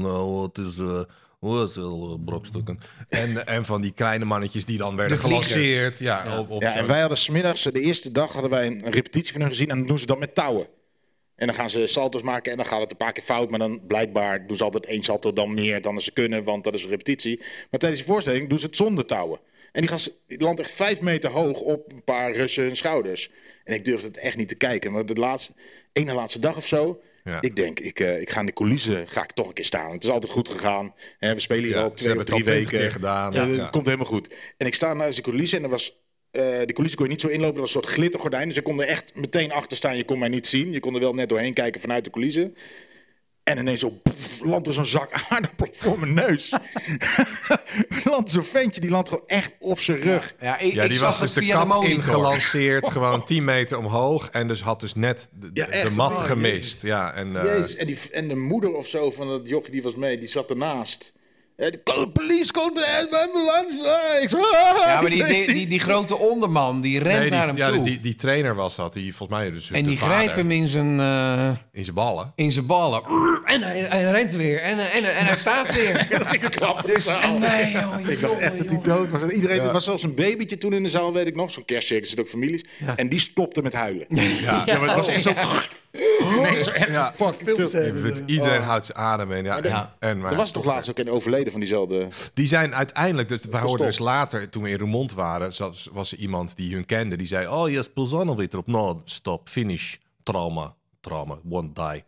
van, brokstukken. En van die kleine mannetjes die dan werden gelanceerd. En wij hadden 's middags, de eerste dag hadden wij een repetitie van hun gezien en dan doen ze dat met touwen. En dan gaan ze salto's maken en dan gaat het een paar keer fout, maar dan blijkbaar doen ze altijd 1 salto dan meer dan ze kunnen, want dat is een repetitie. Maar tijdens die voorstelling doen ze het zonder touwen. En die gast landt echt 5 meter hoog op een paar Russen schouders. En ik durfde het echt niet te kijken, maar de laatste dag of zo. Ja. Ik denk, ik ga in de coulissen toch een keer staan. Het is altijd goed gegaan. We spelen hier al 2 of 3 weken. Keer gedaan. Het komt helemaal goed. En ik sta naast de coulissen en er was... de coulissen kon je niet zo inlopen. Dat was een soort glittergordijn. Dus je kon er echt meteen achter staan. Je kon mij niet zien. Je kon er wel net doorheen kijken vanuit de coulissen. En ineens zo landt er zo'n zak aardappelen voor mijn neus. Landt zo'n ventje, die landt gewoon echt op zijn rug. Die was dus de kap ingelanceerd, gewoon 10 meter omhoog. En dus had dus net de mat gemist. Ja, en de moeder of zo van dat jochie die was mee, die zat ernaast. De police, call the ambulance. Ja, maar die grote onderman, die rent naar hem toe. Ja, die trainer was dat, die volgens mij dus. En die grijpt hem in zijn ballen. In zijn ballen. En hij rent weer. En hij staat weer. Dus, ik dacht echt dat hij dood was. En iedereen was zelfs een babytje toen in de zaal, weet ik nog. Zo'n kerstcircus zit ook families. Ja. En die stopte met huilen. Ja, maar het was echt zo... Nee, zo echt Ja. fucking stil. Iedereen houdt zijn adem in. Ja. Ja. Er was toch laatst ook een overleden van diezelfde... Die zijn uiteindelijk, dus we hoorden dus Gestopt. later, toen we in Roermond waren, was er iemand die hun kende. Die zei, oh, yes, Bolzano weer erop. No, stop, finish, trauma, won't die.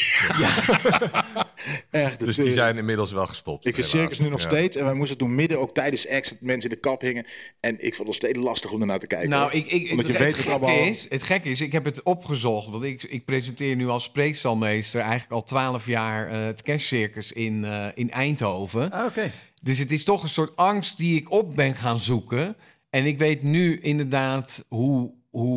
Echt, Dus die zijn inmiddels wel gestopt. Ik vind helaas. circus nu nog Ja. steeds. En wij moesten toen midden, ook tijdens acts, dat mensen in de kap hingen. En ik vond het nog steeds lastig om ernaar te kijken. Nou, hoor. Omdat je het weet wat allemaal... gekke is, ik heb het opgezocht. Want ik presenteer nu als spreekstalmeester eigenlijk al 12 jaar het kerstcircus in Eindhoven. Oké. Dus het is toch een soort angst die ik op ben gaan zoeken. En ik weet nu inderdaad hoe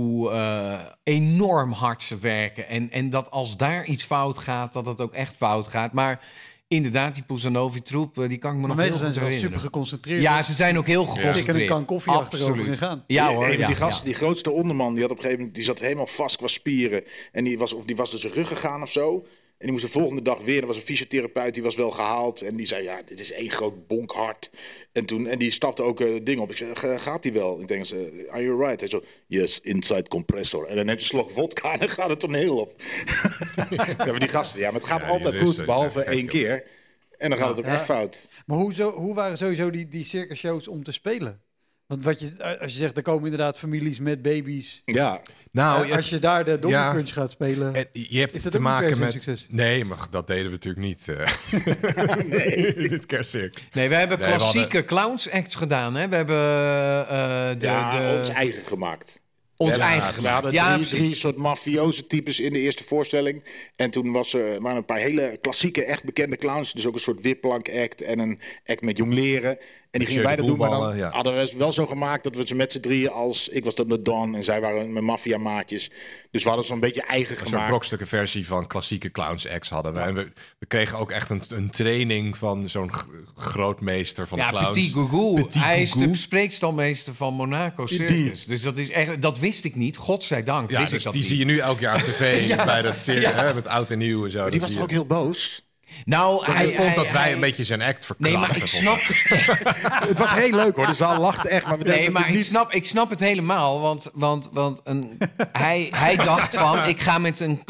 enorm hard ze werken. En dat als daar iets fout gaat, dat het ook echt fout gaat. Maar inderdaad, die Poezanovi-troep, die kan ik me Maar nog heel meestal zijn goed ze wel herinneren. super geconcentreerd. Ja, ze zijn ook heel Tikken geconcentreerd. een kan koffie achterover Absoluut. en gaan. Ja hoor, Een van ja, die gasten, ja. die grootste onderman, die had op een gegeven moment, die zat helemaal vast qua spieren. En die was dus zijn rug gegaan of zo. En die moest de volgende dag weer. Er was een fysiotherapeut, die was wel gehaald. En die zei, ja, dit is één groot bonkhart. En die stapte ook dingen op. Ik zei, gaat die wel? Ik denk, are you right? Hij zo, yes, inside compressor. En dan neemt hij een slok vodka en dan gaat het toneel op. Ja, maar die gasten, ja, maar het gaat Ja, altijd die goed, Russen, behalve ja, één gek, keer. En dan gaat het ook echt fout. Maar hoe waren sowieso die circusshows om te spelen? Want als je zegt, er komen inderdaad families met baby's. Ja, Nou, Als je daar de Donkey Crunch gaat spelen, je hebt is dat te ook niet per maken se met... succes? Nee, maar dat deden we natuurlijk niet. Dit kerstcircus. Nee, we hebben Nee, we klassieke clowns acts gedaan. Hè? We hebben ons eigen gemaakt. ons Ja, eigen we gemaakt. hadden Ja, drie precies. soort mafioze types in de eerste voorstelling. En toen waren een paar hele klassieke, echt bekende clowns. Dus ook een soort wipplank act en een act met jongleren. En die gingen wij dat doen, maar dan boelballen, ja. hadden we het wel zo gemaakt dat we ze met z'n drieën ik was dan de Don en zij waren mijn maffia-maatjes. Dus we hadden zo'n beetje eigen Een soort gemaakt. brokstukken versie van klassieke clowns acts hadden we. En we kregen ook echt een training van zo'n grootmeester van Ja, clowns. Petit Gougou. Petit Hij is Gougou. de spreekstalmeester van Monaco Circus. Dus dat is echt, dat wist ik niet. Godzijdank Ja, wist dus ik dat die niet. zie je nu elk jaar op tv bij dat circus, hè, met oud en nieuw en zo. Maar die Dan was zie toch ook je- heel boos? Nou, Hij vond dat wij hij- een beetje zijn act Nee, verklaarden. maar ik snap... Het was heel leuk hoor, de zaal lachte echt. Maar we Nee, deden maar natuurlijk niet... ik snap het helemaal. Want hij dacht van, ik ga met een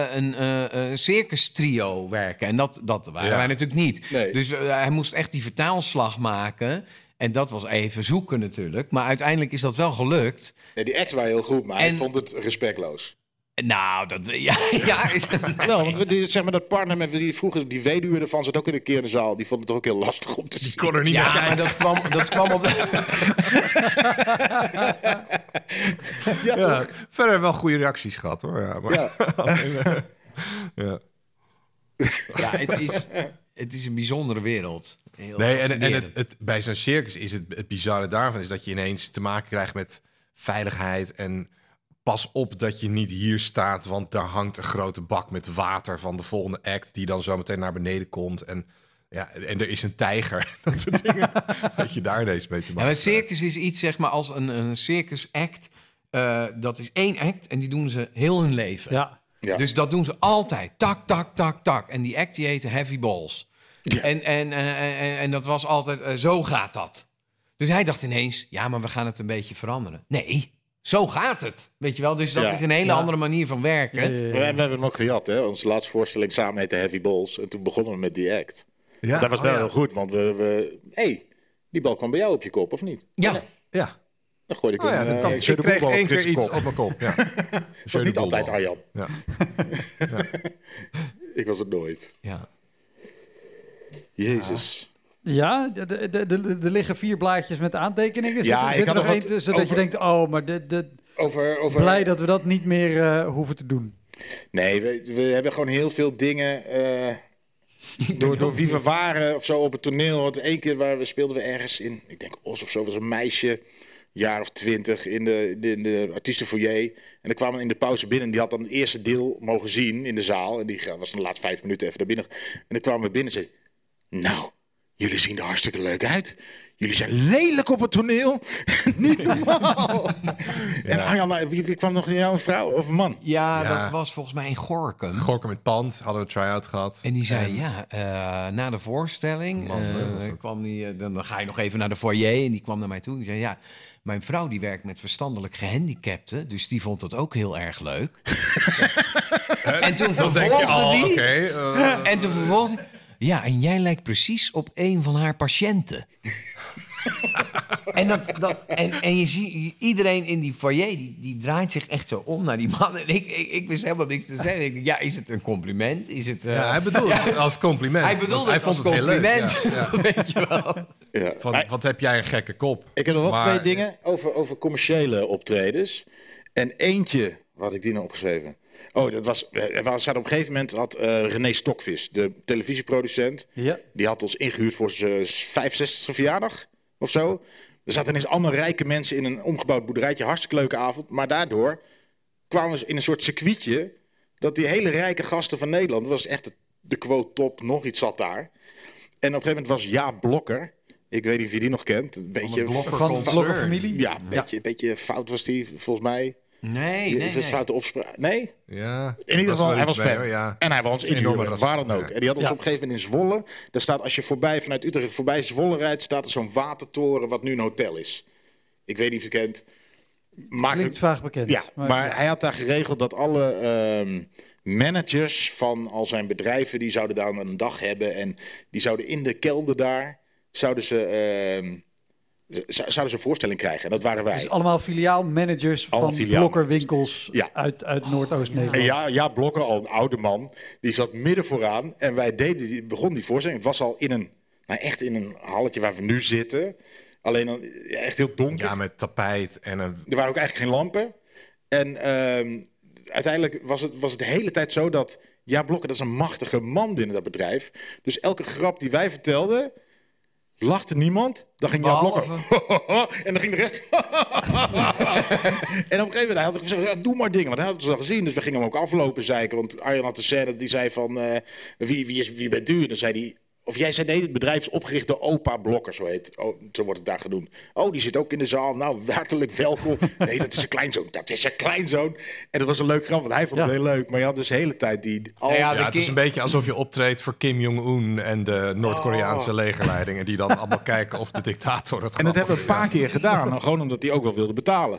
circus trio werken. En dat waren Ja. wij natuurlijk niet. Nee. Dus hij moest echt die vertaalslag maken. En dat was even zoeken natuurlijk. Maar uiteindelijk is dat wel gelukt. Nee, die ex waren heel goed, maar hij En- vond het respectloos. Nou, dat... Ja, is dat... Wel, want zeg maar dat partner met die vroeger, die weduwe ervan zat ook in een keer in de zaal. Die vond het toch ook heel lastig om te zien. kon er niet Ja, naar kijken. maar dat kwam op... Ja, verder wel goede reacties gehad hoor. Ja, maar, Ja. ja. Ja, het is een bijzondere wereld. Heel Nee, en fascinerend. het, bij zo'n circus is het bizarre daarvan is dat je ineens te maken krijgt met veiligheid en pas op dat je niet hier staat, want daar hangt een grote bak met water van de volgende act die dan zo meteen naar beneden komt en er is een tijger. Dat soort dingen. Dat je daar ineens mee te Ja, maken maar circus is iets, zeg maar, als een circus act. Dat is één act en die doen ze heel hun leven. ja. Ja. Dus dat doen ze altijd. Tak, tak, tak, tak. En die act die heette Heavy Balls. Ja. En dat was altijd, zo gaat dat. Dus hij dacht ineens, ja, maar we gaan het een beetje veranderen. Nee, zo gaat het. Weet je wel? Dus dat Ja. is een hele andere manier van werken. We hebben hem ook gejat, hè. Onze laatste voorstelling samen heette Heavy Balls. En toen begonnen we met die act. Ja, Dat was wel heel goed, want hey, die bal kwam bij jou op je kop, of niet? Ja. Ja. Dan gooide ik Oh ja, een dan kwam, jeu ik de kreeg boelbal één keer Chris' iets kop. op mijn kop. Ja. Dat was niet altijd Arjan. Ja. Ik was het nooit. Ja. Jezus. Ja, er liggen 4 blaadjes met aantekeningen. Ja, Zit ik er had nog nog één wat tussen dat je over- denkt, oh, maar Over... blij dat we dat niet meer hoeven te doen. Nee, we hebben gewoon heel veel dingen... door wie we waren of zo op het toneel. Want 1 keer speelden we ergens in... Ik denk Os of zo, was een meisje... jaar of 20 in de artiestenfoyer. En dan kwamen we in de pauze binnen. Die had dan het eerste deel mogen zien in de zaal. En die was dan de laatste 5 minuten even naar binnen. En dan kwamen we binnen en zei... Nou, jullie zien er hartstikke leuk uit. jullie zijn lelijk op het toneel. Niet normaal. En Arjan, wie kwam nog in jou, een vrouw of een man? Ja, dat was volgens mij in Gorinchem. Gorinchem met Pand, hadden we try-out gehad. En die zei, na de voorstelling kwam die, dan ga je nog even naar de foyer. En die kwam naar mij toe en die zei, ja, mijn vrouw die werkt met verstandelijk gehandicapten. Dus die vond het ook heel erg leuk. En toen vervolgde die... En toen vervolgde hij... Ja, en jij lijkt precies op een van haar patiënten. En je ziet iedereen in die foyer, die draait zich echt zo om naar die man. En ik wist helemaal niks te zeggen. Ik dacht, ja, is het een compliment? Is het, hij bedoelde het als compliment. Hij bedoelde het als compliment. Weet je wel. Ja. Wat heb jij een gekke kop. Ik heb nog wel 2 dingen over commerciële optredens. En eentje, wat had ik die nou opgeschreven? Dat was, op een gegeven moment had René Stokvis, de televisieproducent, die had ons ingehuurd voor zijn 65e verjaardag of zo. Er zaten ineens allemaal rijke mensen in een omgebouwd boerderijtje, hartstikke leuke avond. Maar daardoor kwamen ze in een soort circuitje dat die hele rijke gasten van Nederland, dat was echt de quote top, nog iets zat daar. En op een gegeven moment was Jaap Blokker. Ik weet niet of je die nog kent. Een beetje van Blokkerfamilie? Ja, een beetje fout was die volgens mij. Nee. Foute opspraak. Nee? Ja. In ieder geval, hij was fan. Hoor, ja. En hij was ons inhuren, waar dan ook. Ja. En die had ons op een gegeven moment in Zwolle. Daar staat, als je vanuit Utrecht voorbij Zwolle rijdt, staat er zo'n watertoren wat nu een hotel is. Ik weet niet of je het kent. Klinkt vaag bekend. Ja, maar hij had daar geregeld dat alle managers van al zijn bedrijven, die zouden daar een dag hebben. En die zouden in de kelder daar, zouden ze een voorstelling krijgen. En dat waren wij. Dus allemaal filiaalmanagers van blokkerwinkels uit Noordoost-Nederland. En ja, Blokker, al een oude man, die zat midden vooraan. En wij begon die voorstelling. Het was al echt in een halletje waar we nu zitten. Alleen dan echt heel donker. Ja, met tapijt en een... Er waren ook eigenlijk geen lampen. En uiteindelijk was het de hele tijd zo dat... Ja, Blokker, dat is een machtige man binnen dat bedrijf. Dus elke grap die wij vertelden... Lachte niemand, dan ging Jaap Blokker. En dan ging de rest. En op een gegeven moment had ik gezegd, doe maar dingen. Want hij had het al gezien, dus we gingen hem ook aflopen zeiken. Want Arjan had de scène, die zei van, wie bent u? En dan zei hij, of jij zei, nee, het bedrijf is opgericht door opa Blokker, zo wordt het daar genoemd. Oh, die zit ook in de zaal, nou, hartelijk welkom. Nee, dat is zijn kleinzoon, En dat was een leuk grap, want hij vond het heel leuk. Maar je had dus de hele tijd het is een beetje alsof je optreedt voor Kim Jong-un en de Noord-Koreaanse legerleiding. En die dan allemaal kijken of de dictator het En dat hebben we een paar keer gedaan, gewoon omdat hij ook wel wilde betalen.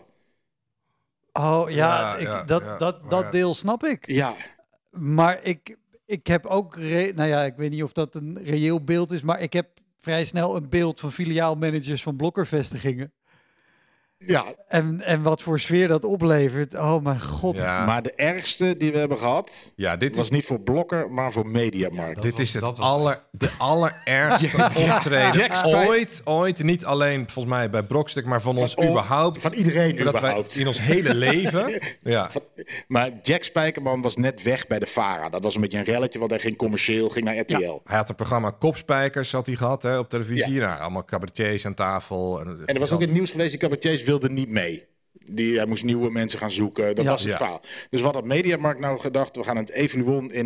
Oh ja, dat deel snap ik. Ja. Maar ik heb ook, ik weet niet of dat een reëel beeld is, maar ik heb vrij snel een beeld van filiaalmanagers van blokkervestigingen. Ja. En wat voor sfeer dat oplevert. Oh mijn god. Ja. Maar de ergste die we hebben gehad, was niet voor Blokker, maar voor Mediamarkt. Dit is de allerergste optreden ooit. Niet alleen volgens mij bij Brokstuk, maar van ons überhaupt. Van iedereen überhaupt. In ons hele leven. Ja. Maar Jack Spijkerman was net weg bij de VARA. Dat was een beetje een relletje, want hij ging commercieel, ging naar RTL. Ja. Hij had het programma Kopspijkers had hij gehad op televisie. Ja. Nou, allemaal cabaretiers aan tafel. En er was ook in het nieuws geweest, die cabaretiers wilden niet mee. Hij moest nieuwe mensen gaan zoeken. Dat was het verhaal. Dus wat had Mediamarkt nou gedacht? We gaan het Evoluon in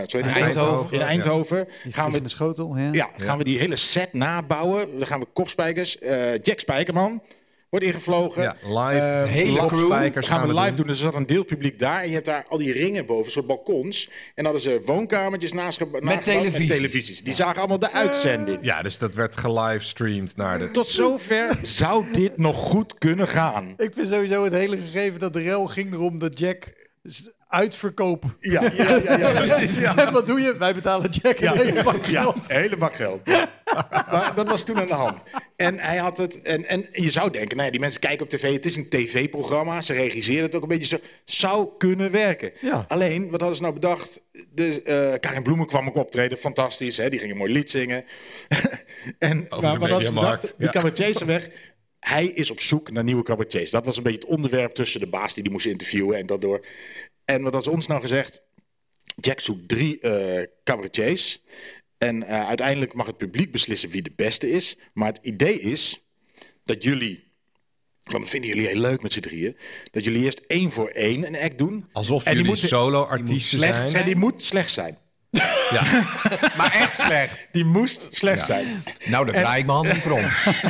Eindhoven. Gaan we in de schotel. Gaan we die hele set nabouwen. Dan gaan we Kopspijkers. Jack Spijkerman wordt ingevlogen. Ja, live. Hele crew. Gaan we live doen. Dus er zat een deelpubliek daar. En je hebt daar al die ringen boven, soort balkons. En hadden ze woonkamertjes met televisies. Die zagen allemaal de uitzending. Ja, dus dat werd gelivestreamd naar de... Tot zover zou dit nog goed kunnen gaan. Ik vind sowieso het hele gegeven dat de rel ging erom dat Jack uitverkopen. Ja, precies. Ja. En wat doe je? Wij betalen Jack een hele bak geld. Ja, een hele bak geld. Maar dat was toen aan de hand. En hij had het. En je zou denken, die mensen kijken op tv. Het is een tv-programma. Ze regisseren het ook een beetje zo. Zou kunnen werken. Ja. Alleen, wat hadden ze nou bedacht? Karin Bloemen kwam ook optreden. Fantastisch. Hè? Die ging een mooi lied zingen. Maar wat hadden ze bedacht? Die cabaretiers zijn weg. Hij is op zoek naar nieuwe cabaretiers. Dat was een beetje het onderwerp tussen de baas die moest interviewen en dat door. En wat had ze ons nou gezegd? Jack zoekt 3 cabaretiers. En uiteindelijk mag het publiek beslissen wie de beste is. Maar het idee is dat jullie... Want dat vinden jullie heel leuk met z'n drieën. Dat jullie eerst 1 voor 1 een act doen. Alsof jullie solo-artiesten zijn. En die moet slecht zijn. Ja. Maar echt slecht. Die moest slecht zijn. Nou, daar draai ik mijn hand niet voor om.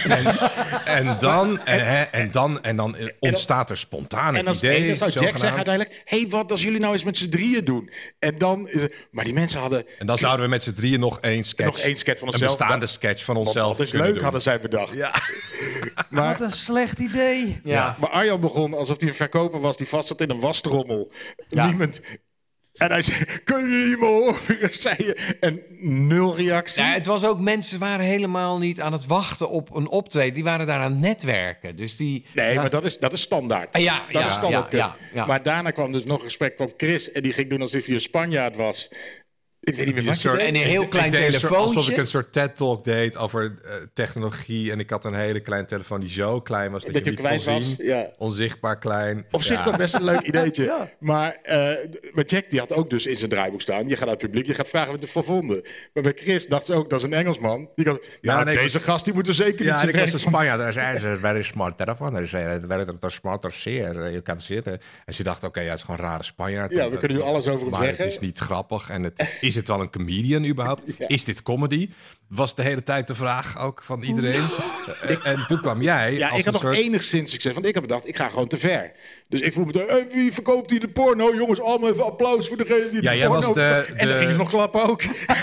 En dan ontstaat er spontaan En het als idee. enige zou Jack zogenaamd. zeggen uiteindelijk... wat als jullie nou eens met z'n drieën doen? En dan... Maar die mensen hadden... En dan zouden we met z'n drieën nog één sketch van onszelf. Een bestaande sketch van onszelf Dat is kunnen leuk, doen. hadden zij bedacht. Ja. Wat een slecht idee. Ja. Maar Arjan begon alsof hij een verkoper was die vast zat in een wastrommel. Ja. Niemand... En hij zei, kunnen jullie niet meer horen, zei je. En 0 reactie. Ja, het was ook, mensen waren helemaal niet aan het wachten op een optreden. Die waren daar aan het netwerken. Dus die... Nee, maar dat is standaard. Dat is standaard. Ja. Maar daarna kwam dus nog een gesprek op Chris. En die ging doen alsof hij een Spanjaard was. Ik weet niet meer wat je deed. En een heel klein Ik deed telefoontje. alsof ik een soort TED-talk deed over technologie. En ik had een hele kleine telefoon die zo klein was dat je hem niet kon kwijt was, zien. ja. Onzichtbaar klein. Op zich toch best een leuk ideetje. Maar Jack die had ook dus in zijn draaiboek staan. Je gaat uit het publiek, je gaat vragen wat je ervan vonden. Maar bij Chris dacht ze ook, dat is een Engelsman. Die dacht, deze gast die moet er zeker niet Ja, zijn ik was werk een van- Spanjaard. Hij zei, ze very smart telephone. Hij zei, very smart or zeer. Je kan zitten. En ze dacht, oké, hij is gewoon een rare Spanjaard. Ja, we kunnen nu alles over hem maar zeggen. het is niet grappig. En is het wel een comedian überhaupt? Ja. Is dit comedy? Was de hele tijd de vraag ook van iedereen. En toen kwam jij Ja, als ik had een nog soort... enigszins succes. Want ik heb bedacht, ik ga gewoon te ver. Dus ik vroeg meteen, wie verkoopt hier de porno? Jongens, allemaal even applaus voor degene die Ja, de jij porno... was de- En dan gingen ze nog klappen ook.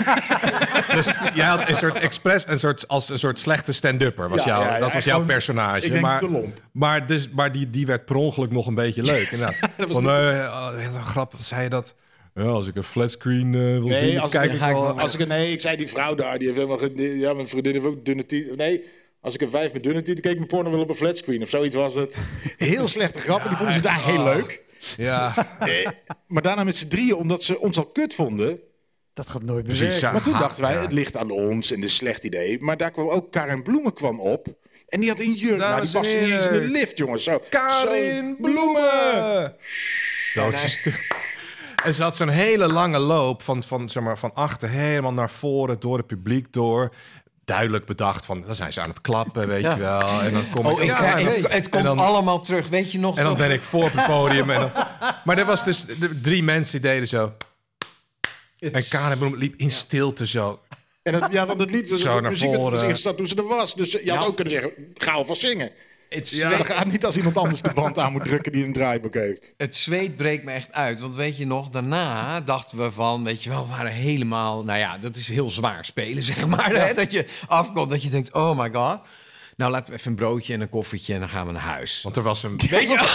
Dus jij had een soort expres, als een soort slechte stand-upper. Dat was jouw gewoon- personage. ik denk maar te lomp. maar die werd per ongeluk nog een beetje leuk. Inderdaad. Heel grappig, zei je dat? Ja, als ik een flatscreen wil Nee, zien, als kijk ik- ik ga ik wel. wel- Ik zei die vrouw daar, die heeft helemaal... Ja, mijn vriendin heeft ook dunne tieten. Nee, als ik een 5 met dunne tieten keek, mijn porno wel op een flatscreen of zoiets was het. Heel slechte grappen, die vonden ze daar heel leuk. Ja, Maar daarna met z'n drieën, omdat ze ons al kut vonden... Dat gaat nooit precies. bewerken. Ja. Maar toen dachten wij, Ja. het ligt aan ons en dit is een slecht idee. Maar daar kwam ook Karin Bloemen kwam op. En die had een jurk, maar die Dames en paste niet eens in de heren. lift, jongens. Zo, Karin zo- Bloemen! Doodstil. En ze had zo'n hele lange loop van achter helemaal naar voren, door het publiek door. Duidelijk bedacht van, dan zijn ze aan het klappen, weet je wel. En dan kom ik... Het komt dan- allemaal terug, weet je nog? En dan toch? ben ik voor op het podium. Maar er was dus 3 mensen die deden zo. En Karin Bloemen liep in stilte zo. En dat, ja, want het lied was Zo naar muziek werd voren. dus ingestart toen ze er was. Dus je had Ja. ook kunnen zeggen, ga alvast zingen. Het Ja, zweet, dat gaat niet als iemand anders de band aan moet drukken die een draaiboek heeft. het zweet breekt me echt uit. Want weet je nog, daarna dachten we van... Weet je wel, we waren helemaal... Nou ja, dat is heel zwaar spelen, zeg maar. Hè? Dat je afkomt, dat je denkt, oh my god. Nou, laten we even een broodje en een koffietje en dan gaan we naar huis. Want er was een... Weet je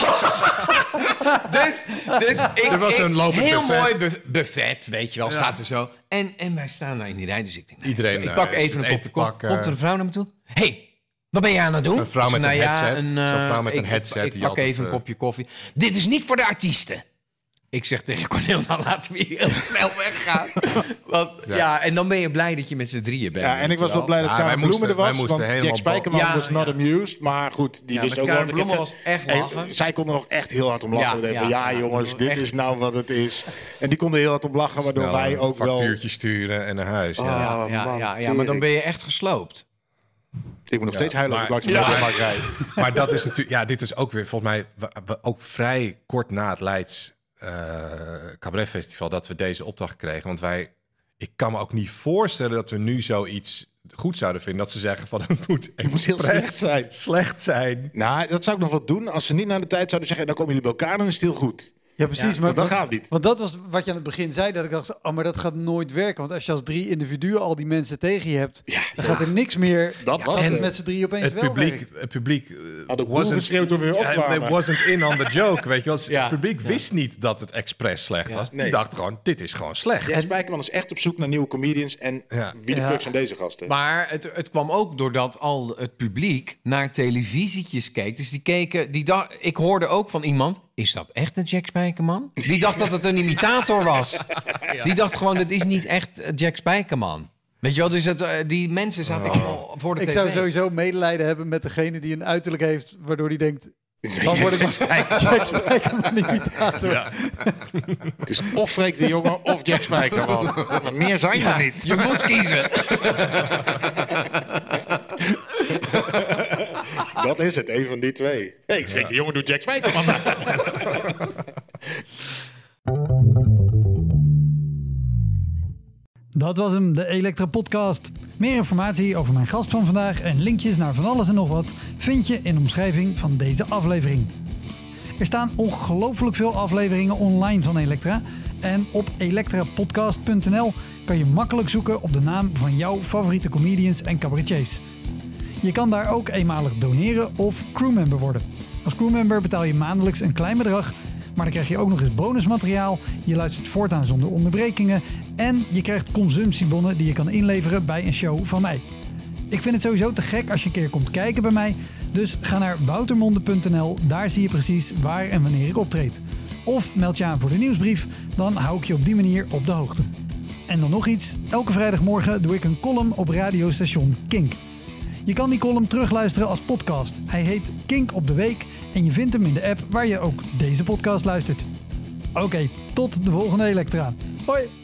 dus Er was een lopend heel buffet. mooi buffet, weet je wel, staat er zo. En wij staan daar in die rij, dus ik denk, nou, Iedereen, ik pak is even het een kopje eten koffie. pakken. Komt er een vrouw naar me toe? Hey, wat ben je aan het doen? Een vrouw Ik met zeg, een headset. Zo'n vrouw met ik- een headset Ik die pak altijd, even een kopje koffie. Dit is niet voor de artiesten. Ik zeg tegen Cornel, nou laten we hier heel snel weggaan. Want ja, en dan ben je blij dat je met z'n drieën bent. Ja, en weet ik was je wel blij dat Ja, Karin wij Bloemen moesten- er was. wij moesten Want Jack helemaal Spijkerman Ja, was not ja. amused. Maar goed, die Ja, wist met ook wel... Karin ik heb- Bloemen was echt lachen. Zij konden nog echt heel hard om lachen. Ja, We denken ja, van, ja ja, jongens, dat dit was is echt- nou wat het is. En die konden heel hard om lachen, waardoor Snel wij een ook wel... factuurtje sturen en naar huis. Ja. Ja, Oh, ja, man, ja, maar dan tering. ben je echt gesloopt. Ik moet nog steeds huilen als ik langs de maar- Mediamarkt rijd. Maar dat is natuurlijk... Ja, dit is ook weer volgens mij... ook vrij kort na het Leids Cabaret Festival... dat we deze opdracht kregen. Want ik kan me ook niet voorstellen dat we nu zoiets goed zouden vinden. Dat ze zeggen van het moet moet heel expres slecht zijn. slecht zijn. Nou, dat zou ik nog wel doen als ze niet naar de tijd zouden zeggen... dan komen jullie bij elkaar, dan is het heel goed. Ja, precies. Ja, maar dat gaat niet. Want dat was wat je aan het begin zei. Dat ik dacht, oh, maar dat gaat nooit werken. Want als je als 3 individuen al die mensen tegen je hebt... dan gaat er niks meer Dat was en het. met z'n drieën opeens Het wel publiek, werkt. het publiek Had ook boel geschreeuwd toen we weer ja, opkwamen. it wasn't in on the joke, weet je wel. Ja. Het publiek wist niet dat het expres slecht was. Nee. Die dacht gewoon, dit is gewoon slecht. Jack Spijkerman is echt op zoek naar nieuwe comedians. En Ja. wie de Ja. fuck zijn deze gasten? Maar het kwam ook doordat al het publiek naar televisietjes keek. Dus die keken, ik hoorde ook van iemand... Is dat echt een Jack Spijkerman? Die dacht dat het een imitator was. Die dacht gewoon, het is niet echt Jack Spijkerman. Weet je wel, dus die mensen zaten allemaal voor de Ik tv. zou sowieso medelijden hebben met degene die een uiterlijk heeft... waardoor die denkt, dan word ik Jack maar Jack Spijkerman imitator. Het is of Freek de Jonge of Jack Spijkerman. Maar meer zijn er niet. Je moet kiezen. Dat is het, een van die twee. Hey, Freek de Jonge doet Jack Spijkerman. Dat was hem, de Elektra Podcast. Meer informatie over mijn gast van vandaag en linkjes naar van alles en nog wat vind je in de omschrijving van deze aflevering. Er staan ongelooflijk veel afleveringen online van Elektra. En op elektrapodcast.nl kan je makkelijk zoeken op de naam van jouw favoriete comedians en cabaretiers. Je kan daar ook eenmalig doneren of crewmember worden. Als crewmember betaal je maandelijks een klein bedrag, maar dan krijg je ook nog eens bonusmateriaal. Je luistert voortaan zonder onderbrekingen en je krijgt consumptiebonnen die je kan inleveren bij een show van mij. Ik vind het sowieso te gek als je een keer komt kijken bij mij, dus ga naar woutermonde.nl, daar zie je precies waar en wanneer ik optreed. Of meld je aan voor de nieuwsbrief, dan hou ik je op die manier op de hoogte. En dan nog iets, elke vrijdagmorgen doe ik een column op radiostation Kink. Je kan die column terugluisteren als podcast. Hij heet Kink op de Week en je vindt hem in de app waar je ook deze podcast luistert. Oké, tot de volgende Elektra. Hoi!